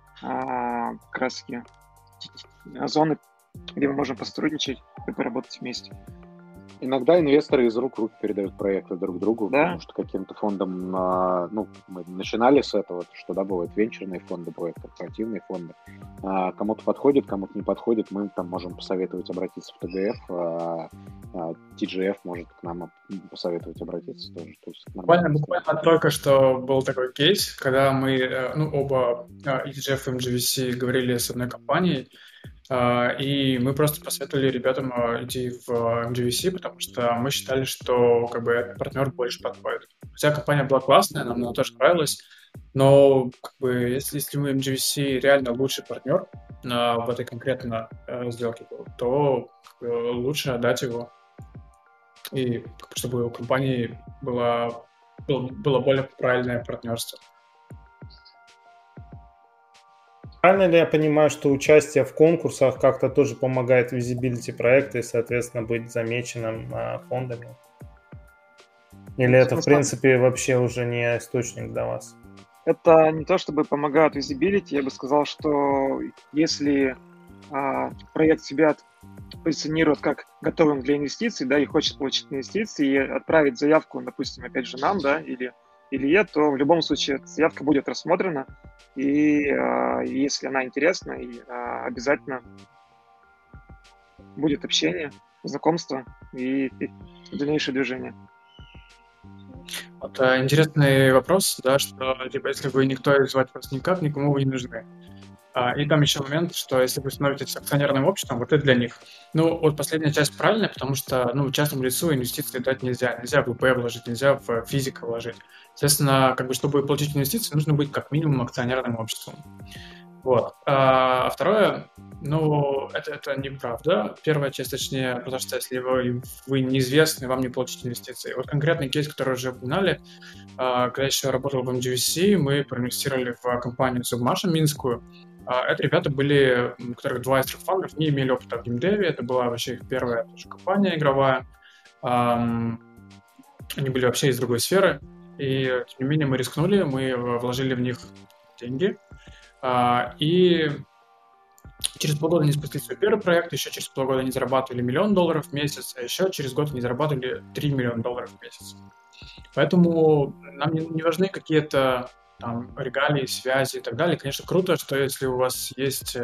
как раз-таки зоны, где мы можем посотрудничать и поработать вместе. Иногда инвесторы из рук в руки передают проекты друг другу, да? Потому что каким-то фондом, мы начинали с этого, что, да, бывают венчурные фонды, бывают корпоративные фонды. Кому-то подходит, кому-то не подходит, мы там можем посоветовать обратиться в ТГФ, TGF может к нам посоветовать обратиться тоже. То есть буквально только что был такой кейс, когда мы оба, и TGF и MGVC, говорили с одной компанией, И мы просто посоветовали ребятам идти в MGVC, потому что мы считали, что как бы этот партнер больше подходит. Хотя компания была классная, нам она тоже нравилась, но как бы, если мы MGVC реально лучший партнер в этой конкретно сделке, то как бы, лучше отдать его, и чтобы у компании было более правильное партнерство. Правильно ли я понимаю, что участие в конкурсах как-то тоже помогает визибилити проекта и, соответственно, быть замеченным фондами? Или это, в принципе, вообще уже не источник для вас? Это не то чтобы помогает визибилити, я бы сказал, что если проект себя позиционирует как готовым для инвестиций, да, и хочет получить инвестиции и отправить заявку, допустим, опять же нам, да, или Илье, то в любом случае эта заявка будет рассмотрена, и если она интересна, обязательно будет общение, знакомство и дальнейшее движение. Вот интересный вопрос, да, что типа, если вы никто и звать вас никак, никому вы не нужны. И там еще момент, что если вы становитесь акционерным обществом, вот это для них. Ну, вот последняя часть правильная, потому что, частному лицу инвестиции дать нельзя. Нельзя в ИП вложить, нельзя в физика вложить. Соответственно, как бы, чтобы получить инвестиции, нужно быть как минимум акционерным обществом. Вот. А второе, это неправда. Первая часть, точнее, потому что если вы неизвестны, вам не получите инвестиции. Вот конкретный кейс, который уже упоминали, когда я еще работал в MGVC, мы проинвестировали в компанию Submash минскую. Это ребята были, у которых 2 из 3 фаундеров не имели опыта в геймдеве, это была вообще их первая тоже компания игровая. Они были вообще из другой сферы, и тем не менее мы рискнули, мы вложили в них деньги, и через полгода они спустили свой первый проект, еще через полгода они зарабатывали $1 миллион в месяц, а еще через год они зарабатывали $3 миллиона в месяц. Поэтому нам не важны какие-то там регалии, связи и так далее. Конечно, круто, что если у вас есть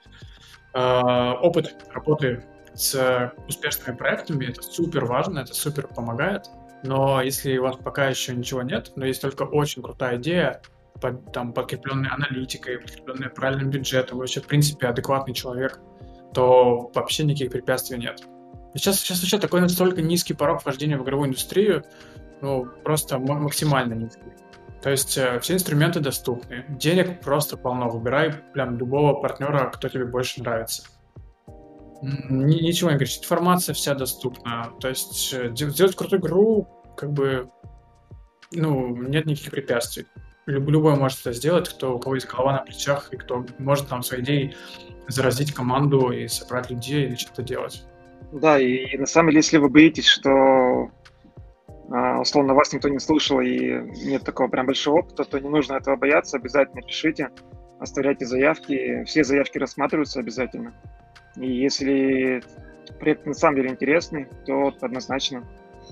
опыт работы с успешными проектами, это супер важно, это супер помогает. Но если у вас пока еще ничего нет, но есть только очень крутая идея, подкрепленная аналитикой, подкрепленная правильным бюджетом, вообще, в принципе, адекватный человек, то вообще никаких препятствий нет. Сейчас вообще такой настолько низкий порог вхождения в игровую индустрию, просто максимально низкий. То есть все инструменты доступны, денег просто полно, выбирай прям любого партнера, кто тебе больше нравится. Ничего не говоришь, информация вся доступна, то есть сделать крутую игру, как бы, нет никаких препятствий. Любой может это сделать, у кого есть голова на плечах, и кто может там своей идеей заразить команду и собрать людей или что-то делать. Да, и на самом деле, если вы боитесь, что условно вас никто не слушал и нет такого прям большого опыта, то не нужно этого бояться, обязательно пишите, оставляйте заявки, все заявки рассматриваются обязательно. И если проект на самом деле интересный, то однозначно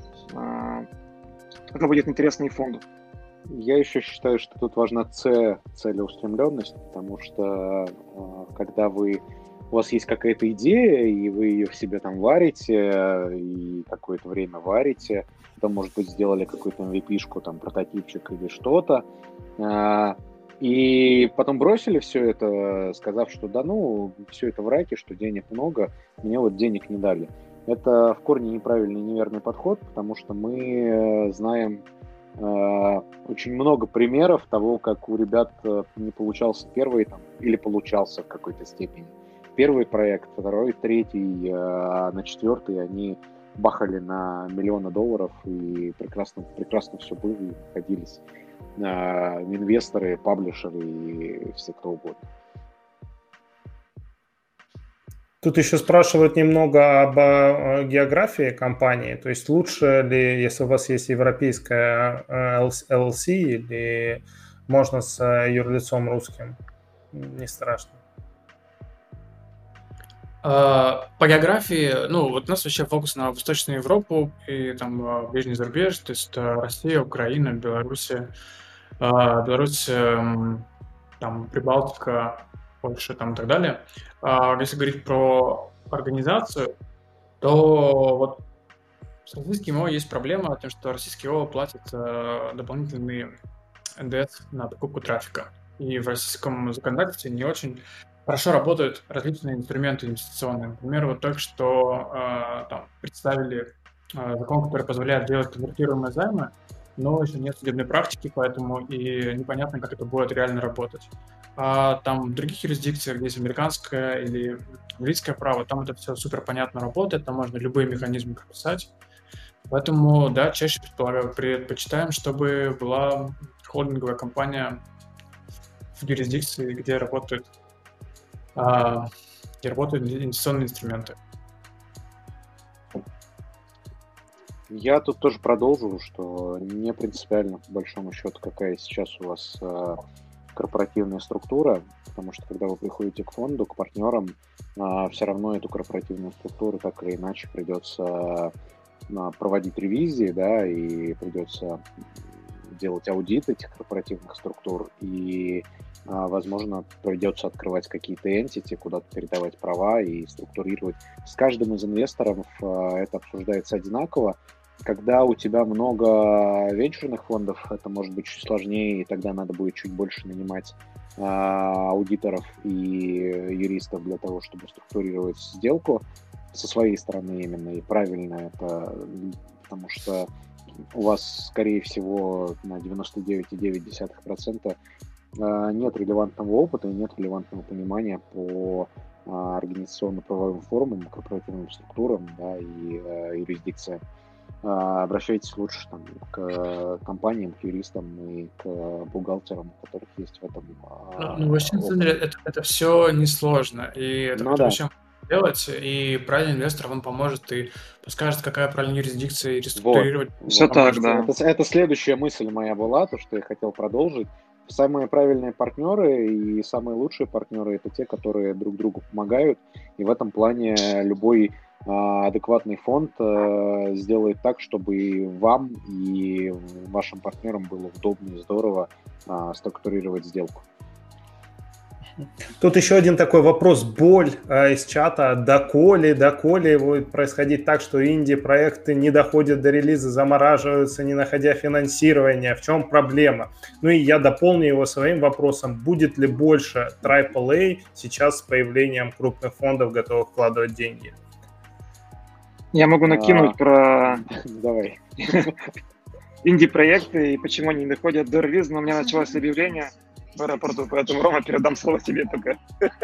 это будет интересно и фонду. Я еще считаю, что тут важна целеустремленность, потому что когда у вас есть какая-то идея, и вы ее в себе там варите, и какое-то время варите, потом, может быть, сделали какую-то MVP-шку, там, прототипчик или что-то, и потом бросили все это, сказав, что все это в раке, что денег много, мне вот денег не дали. Это в корне неправильный, неверный подход, потому что мы знаем очень много примеров того, как у ребят не получался первый или получался в какой-то степени. Первый проект, второй, третий, на четвертый они бахали на $1 миллион и прекрасно все было, и находились инвесторы, паблишеры и все кто угодно. Тут еще спрашивают немного об географии компании. То есть лучше ли, если у вас есть европейская LLC, или можно с юрлицом русским? Не страшно. По географии, вот у нас вообще фокус на Восточную Европу и там ближний зарубеж, то есть Россия, Украина, Беларусь, там Прибалтика, Польша там и так далее. Если говорить про организацию, то вот с российским ООО есть проблема, потому что российский ООО платит дополнительный НДС на покупку трафика. И в российском законодательстве не очень хорошо работают различные инструменты инвестиционные. Например, вот только что там представили закон, который позволяет делать конвертируемые займы, но еще нет судебной практики, поэтому и непонятно, как это будет реально работать. А там в других юрисдикциях, здесь американское или английское право, там это все супер понятно работает, там можно любые механизмы прописать. Поэтому, да, чаще предпочитаем, чтобы была холдинговая компания в юрисдикции, где работают инвестиционные инструменты. Я тут тоже продолжу, что не принципиально, по большому счету, какая сейчас у вас корпоративная структура, потому что когда вы приходите к фонду, к партнерам, все равно эту корпоративную структуру так или иначе придется проводить ревизии, да, и придется делать аудит этих корпоративных структур, и, возможно, придется открывать какие-то entity, куда-то передавать права и структурировать. С каждым из инвесторов это обсуждается одинаково. Когда у тебя много венчурных фондов, это может быть чуть сложнее, и тогда надо будет чуть больше нанимать аудиторов и юристов для того, чтобы структурировать сделку со своей стороны именно, и правильно это, потому что у вас, скорее всего, на 99,9% нет релевантного опыта и нет релевантного понимания по организационно-правовым формам, корпоративным структурам, да, и юрисдикциям. Обращайтесь лучше там, к компаниям, к юристам и к бухгалтерам, у которых есть в этом Вообще, на самом деле, это все несложно, и это Ну да. вообще делать, и правильный инвестор, он поможет и подскажет, какая правильная юрисдикция, и реструктурировать. Все так, да. Это следующая мысль моя была, то, что я хотел продолжить. Самые правильные партнеры и самые лучшие партнеры – это те, которые друг другу помогают, и в этом плане любой адекватный фонд сделает так, чтобы и вам, и вашим партнерам было удобно и здорово структурировать сделку. Тут еще один такой вопрос, боль из чата. Доколе будет происходить так, что инди-проекты не доходят до релиза, замораживаются, не находя финансирования? В чем проблема? Ну и я дополню его своим вопросом. Будет ли больше AAA сейчас с появлением крупных фондов, готовых вкладывать деньги? Я могу накинуть про Давай. инди-проекты и почему они не доходят до релиза, но у меня началось объявление в аэропорту, поэтому, Рома, передам слово тебе пока.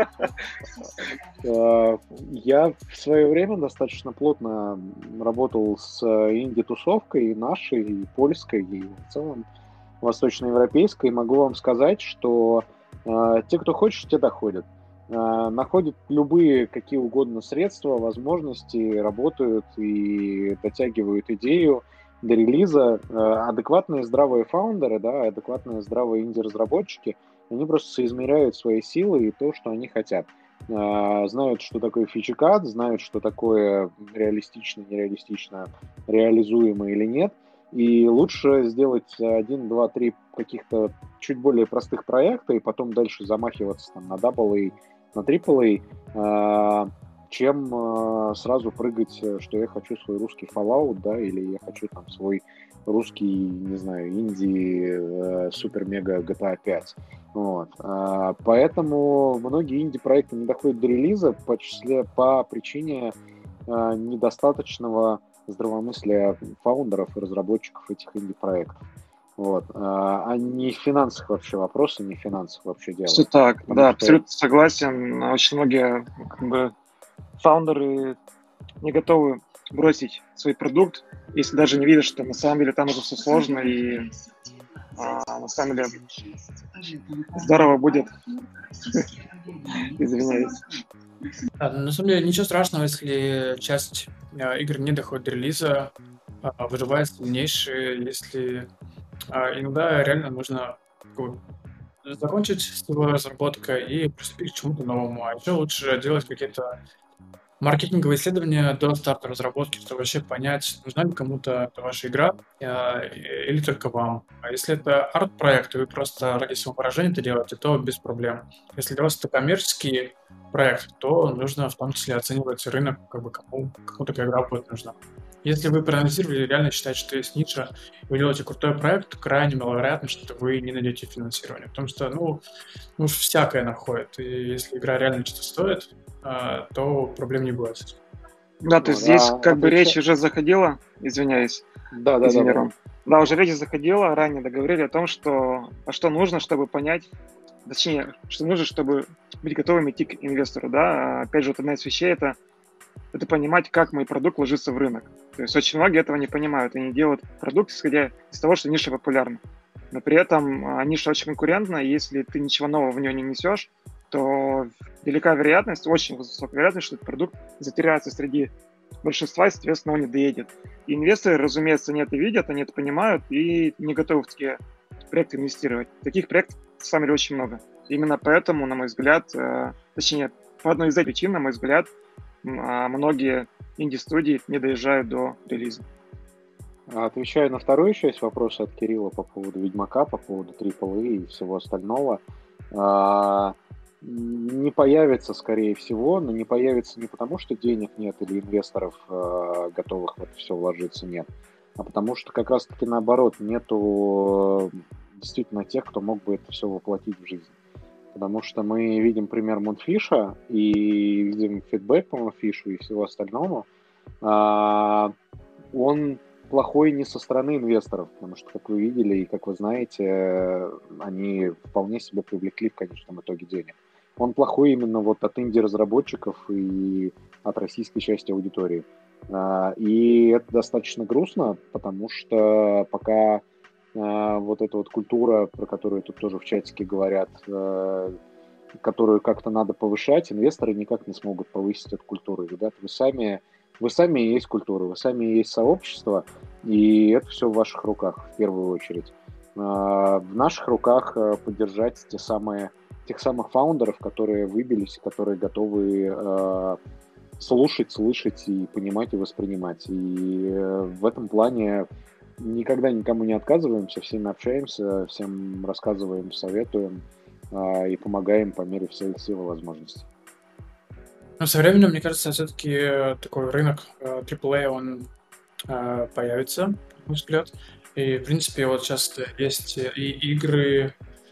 Я в свое время достаточно плотно работал с инди-тусовкой, и нашей, и польской, и в целом восточноевропейской. Могу вам сказать, что те, кто хочет, те доходят. Находят любые какие угодно средства, возможности, работают и дотягивают идею до релиза. Адекватные здравые фаундеры, да, адекватные здравые инди-разработчики, они просто соизмеряют свои силы и то, что они хотят. Знают, что такое фичекат, знают, что такое реалистично, нереалистично, реализуемо или нет. И лучше сделать 1, 2, 3 каких-то чуть более простых проекта и потом дальше замахиваться там, на AA, на AAA, чем сразу прыгать, что я хочу свой русский Fallout, да, или я хочу там свой русский, не знаю, инди супер-мега GTA 5. Вот. Поэтому многие инди-проекты не доходят до релиза по причине недостаточного здравомыслия фаундеров и разработчиков этих инди-проектов. Вот. А не в финансах вообще вопросы, не в финансах вообще дело. Все так, да, абсолютно согласен. Очень многие фаундеры не готовы бросить свой продукт, если даже не видят, что на самом деле там уже все сложно, и на самом деле здорово будет. Извиняюсь. На самом деле ничего страшного, если часть игр не доходит до релиза, выживает сильнейший, если иногда реально нужно закончить с его разработкой и приступить к чему-то новому. А еще лучше делать какие-то маркетинговые исследования до старта разработки, чтобы вообще понять, нужна ли кому-то ваша игра или только вам. А если это арт-проект, и вы просто ради самовыражения это делаете, то без проблем. Если для вас это коммерческий проект, то нужно в том числе оценивать рынок, кому такая игра будет нужна. Если вы проанализировали, реально считаете, что есть ниша, вы делаете крутой проект, то крайне маловероятно, что вы не найдете финансирование. Потому что, ну уж всякое находит. И если игра реально что-то стоит, то проблем не будет. Да, то есть здесь как бы речь уже заходила, извиняюсь, Да. Ром. Да, уже речь заходила, ранее договорили о том, что нужно, чтобы понять, точнее, что нужно, чтобы быть готовым идти к инвестору, да. Опять же, вот одна из вещей это понимать, как мой продукт ложится в рынок. То есть очень многие этого не понимают, они делают продукт, исходя из того, что ниша популярна. Но при этом ниша очень конкурентна, и если ты ничего нового в нее не несешь, то велика вероятность, очень высокая вероятность, что этот продукт затеряется среди большинства, и, соответственно, он не доедет. И инвесторы, разумеется, они это видят, они это понимают и не готовы в такие проекты инвестировать. Таких проектов, на самом деле, очень много. Именно поэтому, на мой взгляд, точнее, по одной из этих причин, на мой взгляд, многие инди-студии не доезжают до релиза. Отвечаю на вторую часть вопроса от Кирилла по поводу Ведьмака, по поводу AAA и всего остального. Не появится, скорее всего, но не появится не потому, что денег нет или инвесторов, готовых в это все вложиться, нет, а потому что как раз-таки наоборот, нету действительно тех, кто мог бы это все воплотить в жизнь. Потому что мы видим пример Moonfish и видим фидбэк по Moonfish и всего остального. Он плохой не со стороны инвесторов, потому что, как вы видели и как вы знаете, они вполне себе привлекли в конечном итоге денег. Он плохой именно вот от инди-разработчиков и от российской части аудитории. И это достаточно грустно, потому что пока вот эта вот культура, про которую тут тоже в чатике говорят, которую как-то надо повышать, инвесторы никак не смогут повысить эту культуру. Ребята, вы сами и есть культура, вы сами и есть сообщество, и это все в ваших руках, в первую очередь. В наших руках поддержать тех самых фаундеров, которые выбились, которые готовы слушать, слышать и понимать и воспринимать. И в этом плане никогда никому не отказываемся, всеми общаемся, всем рассказываем, советуем и помогаем по мере всех сил и возможностей. Но со временем, мне кажется, все-таки такой рынок AAA, он появится, на мой взгляд. И, в принципе, вот сейчас есть и игры,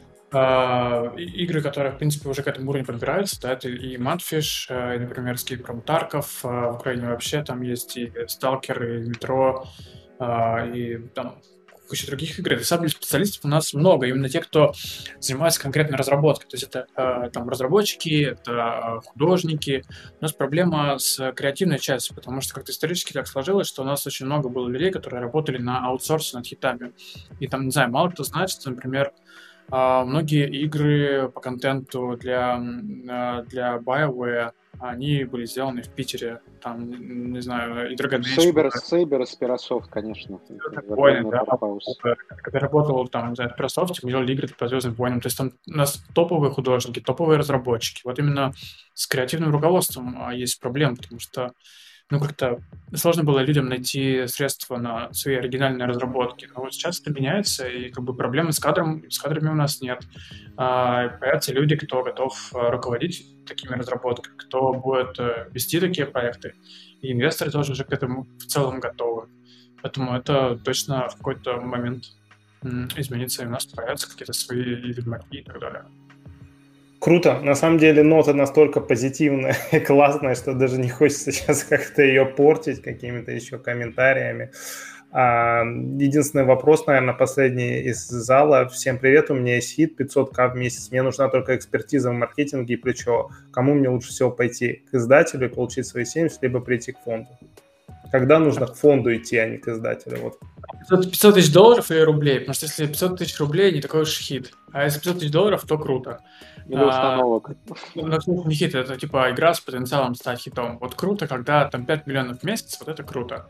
которые, в принципе, уже к этому уровню подбираются, да, это и Mudfish, и, например, Escape from Tarkov, в Украине вообще там есть и Stalker, и Metro, и там куча других игр. И, на самом деле, специалистов у нас много, именно те, кто занимается конкретной разработкой. То есть это там разработчики, это художники. У нас проблема с креативной частью, потому что как-то исторически так сложилось, что у нас очень много было людей, которые работали на аутсорсе над хитами. И там, не знаю, мало кто знает, что, например, многие игры по контенту для BioWare, они были сделаны в Питере, там, не знаю, и Dragon Age. Saber и Spirasoft, конечно. Войны, да. Когда работал там, не знаю, в Spirasoft, мы делали игры по Звездным войнам. То есть там у нас топовые художники, топовые разработчики. Вот именно с креативным руководством есть проблемы, потому что как-то сложно было людям найти средства на свои оригинальные разработки. Но вот сейчас это меняется, и как бы проблемы с кадрами у нас нет. Появятся люди, кто готов руководить такими разработками, кто будет вести такие проекты. И инвесторы тоже уже к этому в целом готовы. Поэтому это точно в какой-то момент изменится, и у нас появятся какие-то свои ведьмаки и так далее. Круто. На самом деле нота настолько позитивная и классная, что даже не хочется сейчас как-то ее портить какими-то еще комментариями. Единственный вопрос, наверное, последний из зала. Всем привет, у меня есть хит 500к в месяц. Мне нужна только экспертиза в маркетинге и плечо. Кому мне лучше всего пойти? К издателю и получить свои 70, либо прийти к фонду? Когда нужно к фонду идти, а не к издателю? Вот. 500 тысяч долларов или рублей? Потому что если 500 тысяч рублей, не такой уж хит. А если 500 тысяч долларов, то круто. Или установок. Не хит, это типа игра с потенциалом стать хитом. Вот круто, когда там 5 миллионов в месяц, вот это круто.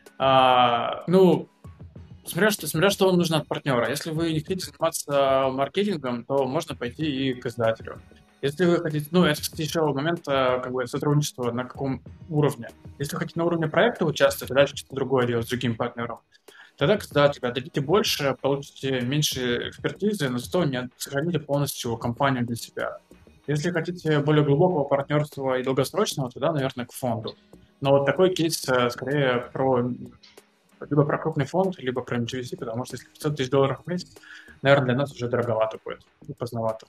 Смотря что вам нужно от партнера. Если вы не хотите заниматься маркетингом, то можно пойти и к издателю. Если вы хотите, это, кстати, еще момент как бы сотрудничества на каком уровне. Если вы хотите на уровне проекта участвовать, то дальше что-то другое делать с другим партнером. Тогда к издателю отдадите больше, получите меньше экспертизы, но зато не сохраните полностью компанию для себя. Если хотите более глубокого партнерства и долгосрочного, тогда, наверное, к фонду. Но вот такой кейс скорее либо про крупный фонд, либо про MGVC, потому что если $500 тысяч в месяц, наверное, для нас уже дороговато будет и поздновато.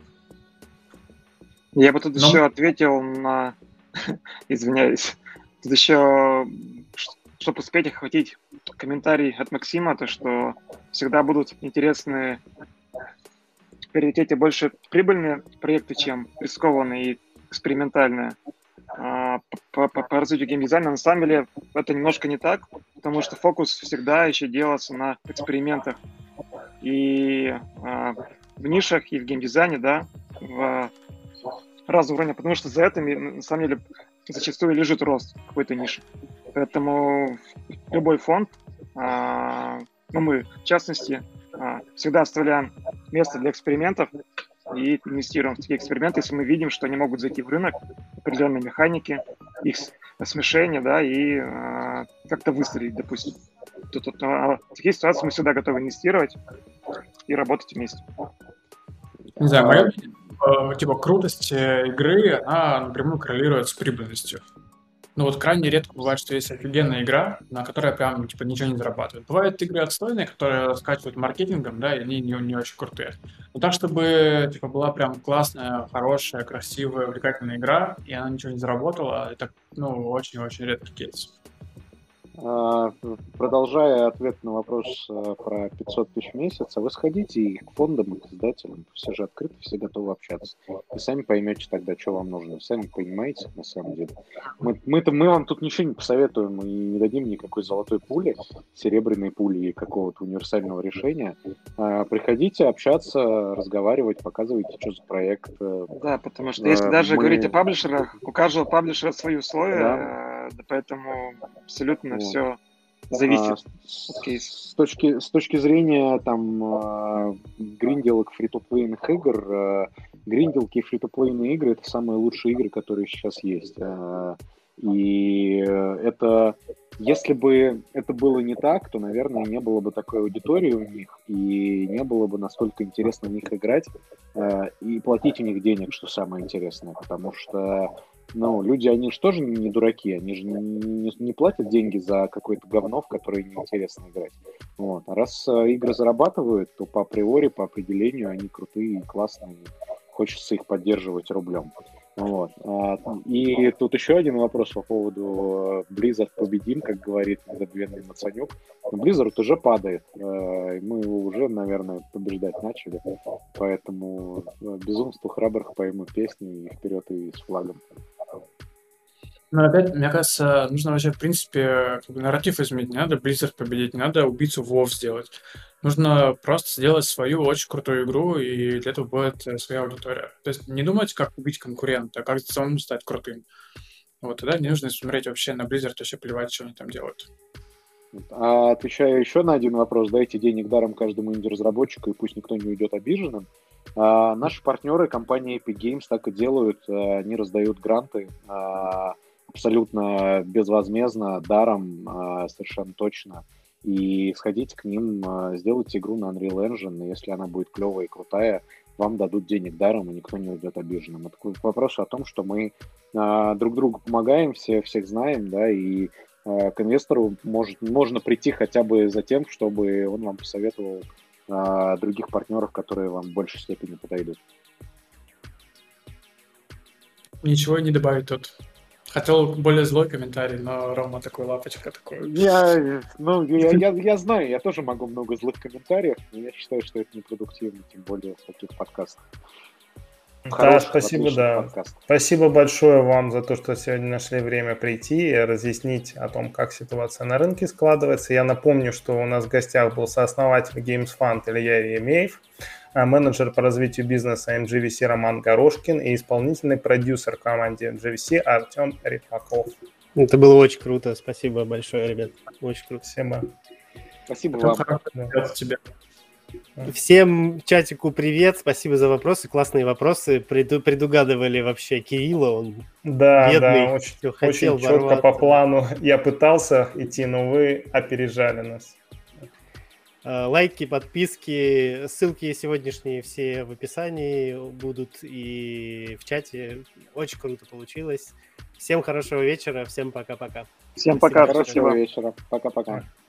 Я бы тут еще ответил на... Извиняюсь. Тут еще, чтобы успеть охватить комментарий от Максима, то что всегда будут интересные в приоритете больше прибыльные проекты, чем рискованные и экспериментальные. По развитию геймдизайна на самом деле это немножко не так, потому что фокус всегда еще делается на экспериментах и в нишах, и в геймдизайне, да, в разного уровня, потому что за этим, на самом деле, зачастую лежит рост какой-то ниши. Поэтому любой фонд, мы, в частности, всегда оставляем место для экспериментов и инвестируем в такие эксперименты, если мы видим, что они могут зайти в рынок, определенные механики, их смешение, да, и как-то выстрелить, допустим. В такие ситуации мы всегда готовы инвестировать и работать вместе. Не знаю, мое мнение, типа крутость игры, она напрямую коррелирует с прибыльностью. Ну вот крайне редко бывает, что есть офигенная игра, на которой прям типа ничего не зарабатывает. Бывают игры отстойные, которые скачивают маркетингом, да, и они не очень крутые. Но так, чтобы типа была прям классная, хорошая, красивая, увлекательная игра, и она ничего не заработала, это, очень-очень редкий кейс. Продолжая ответ на вопрос про 500 тысяч в месяц, вы сходите и к фондам, и к издателям, все же открыты, все готовы общаться. И сами поймете тогда, что вам нужно. Вы сами понимаете, на самом деле. Мы вам тут ничего не посоветуем и не дадим никакой золотой пули, серебряной пули и какого-то универсального решения. Приходите общаться, разговаривать, показывайте, что за проект. Да, потому что если даже говорить о паблишерах, у каждого паблишера свои условия, поэтому абсолютно все зависит от кейса. С точки зрения там гринделок фри-то-плейных игр, гринделки и фри-то-плейные игры — это самые лучшие игры, которые сейчас есть. И это, если бы это было не так, то, наверное, не было бы такой аудитории у них, и не было бы настолько интересно в них играть, и платить у них денег, что самое интересное, потому что люди, они же тоже не дураки, они же не платят деньги за какое-то говно, в которое неинтересно играть. Вот. А раз игры зарабатывают, то по априори, по определению, они крутые и классные, хочется их поддерживать рублем. Вот. И тут еще один вопрос по поводу Blizzard победим, как говорит незабвенный Мацанюк. Но Blizzard уже падает, и мы его уже, наверное, побеждать начали, поэтому безумству храбрых поему песни и вперед и с флагом. Но опять, мне кажется, нужно вообще, в принципе, нарратив изменить. Не надо Blizzard победить, не надо убийцу WoW сделать. Нужно просто сделать свою очень крутую игру, и для этого будет своя аудитория. То есть не думать, как убить конкурента, а как самому стать крутым. Вот тогда не нужно смотреть вообще на Blizzard, вообще плевать, что они там делают. Отвечаю еще на один вопрос. Дайте денег даром каждому инди-разработчику, и пусть никто не уйдет обиженным. Наши партнеры, компания Epic Games, так и делают. Они раздают гранты абсолютно безвозмездно, даром, совершенно точно. И сходите к ним, сделайте игру на Unreal Engine, и если она будет клевая и крутая, вам дадут денег даром, и никто не уйдет обиженным. Это вопрос о том, что мы друг другу помогаем, всех знаем, да, и к инвестору можно прийти хотя бы за тем, чтобы он вам посоветовал других партнеров, которые вам в большей степени подойдут. Ничего не добавить тут. Хотел более злой комментарий, но Рома такой лапочка такой. Я знаю, я тоже могу много злых комментариев, но я считаю, что это непродуктивно, тем более в таких подкастах. Да, спасибо, да. Спасибо большое вам за то, что сегодня нашли время прийти и разъяснить о том, как ситуация на рынке складывается. Я напомню, что у нас в гостях был сооснователь Games Fund Илья Еремеев, менеджер по развитию бизнеса MGVC Роман Горошкин и исполнительный продюсер команде MGVC Артем Репаков. Это было очень круто. Спасибо большое, ребят. Очень круто. Спасибо вам. Тебе. Всем чатику привет, спасибо за вопросы, классные вопросы, предугадывали вообще Кирилла, он бедный, да, очень четко по плану я пытался идти, но вы опережали нас. Лайки, подписки, ссылки сегодняшние все в описании будут и в чате, очень круто получилось, Всем хорошего вечера, всем пока-пока. Всем пока. Хорошего Спасибо. вечера. Пока-пока.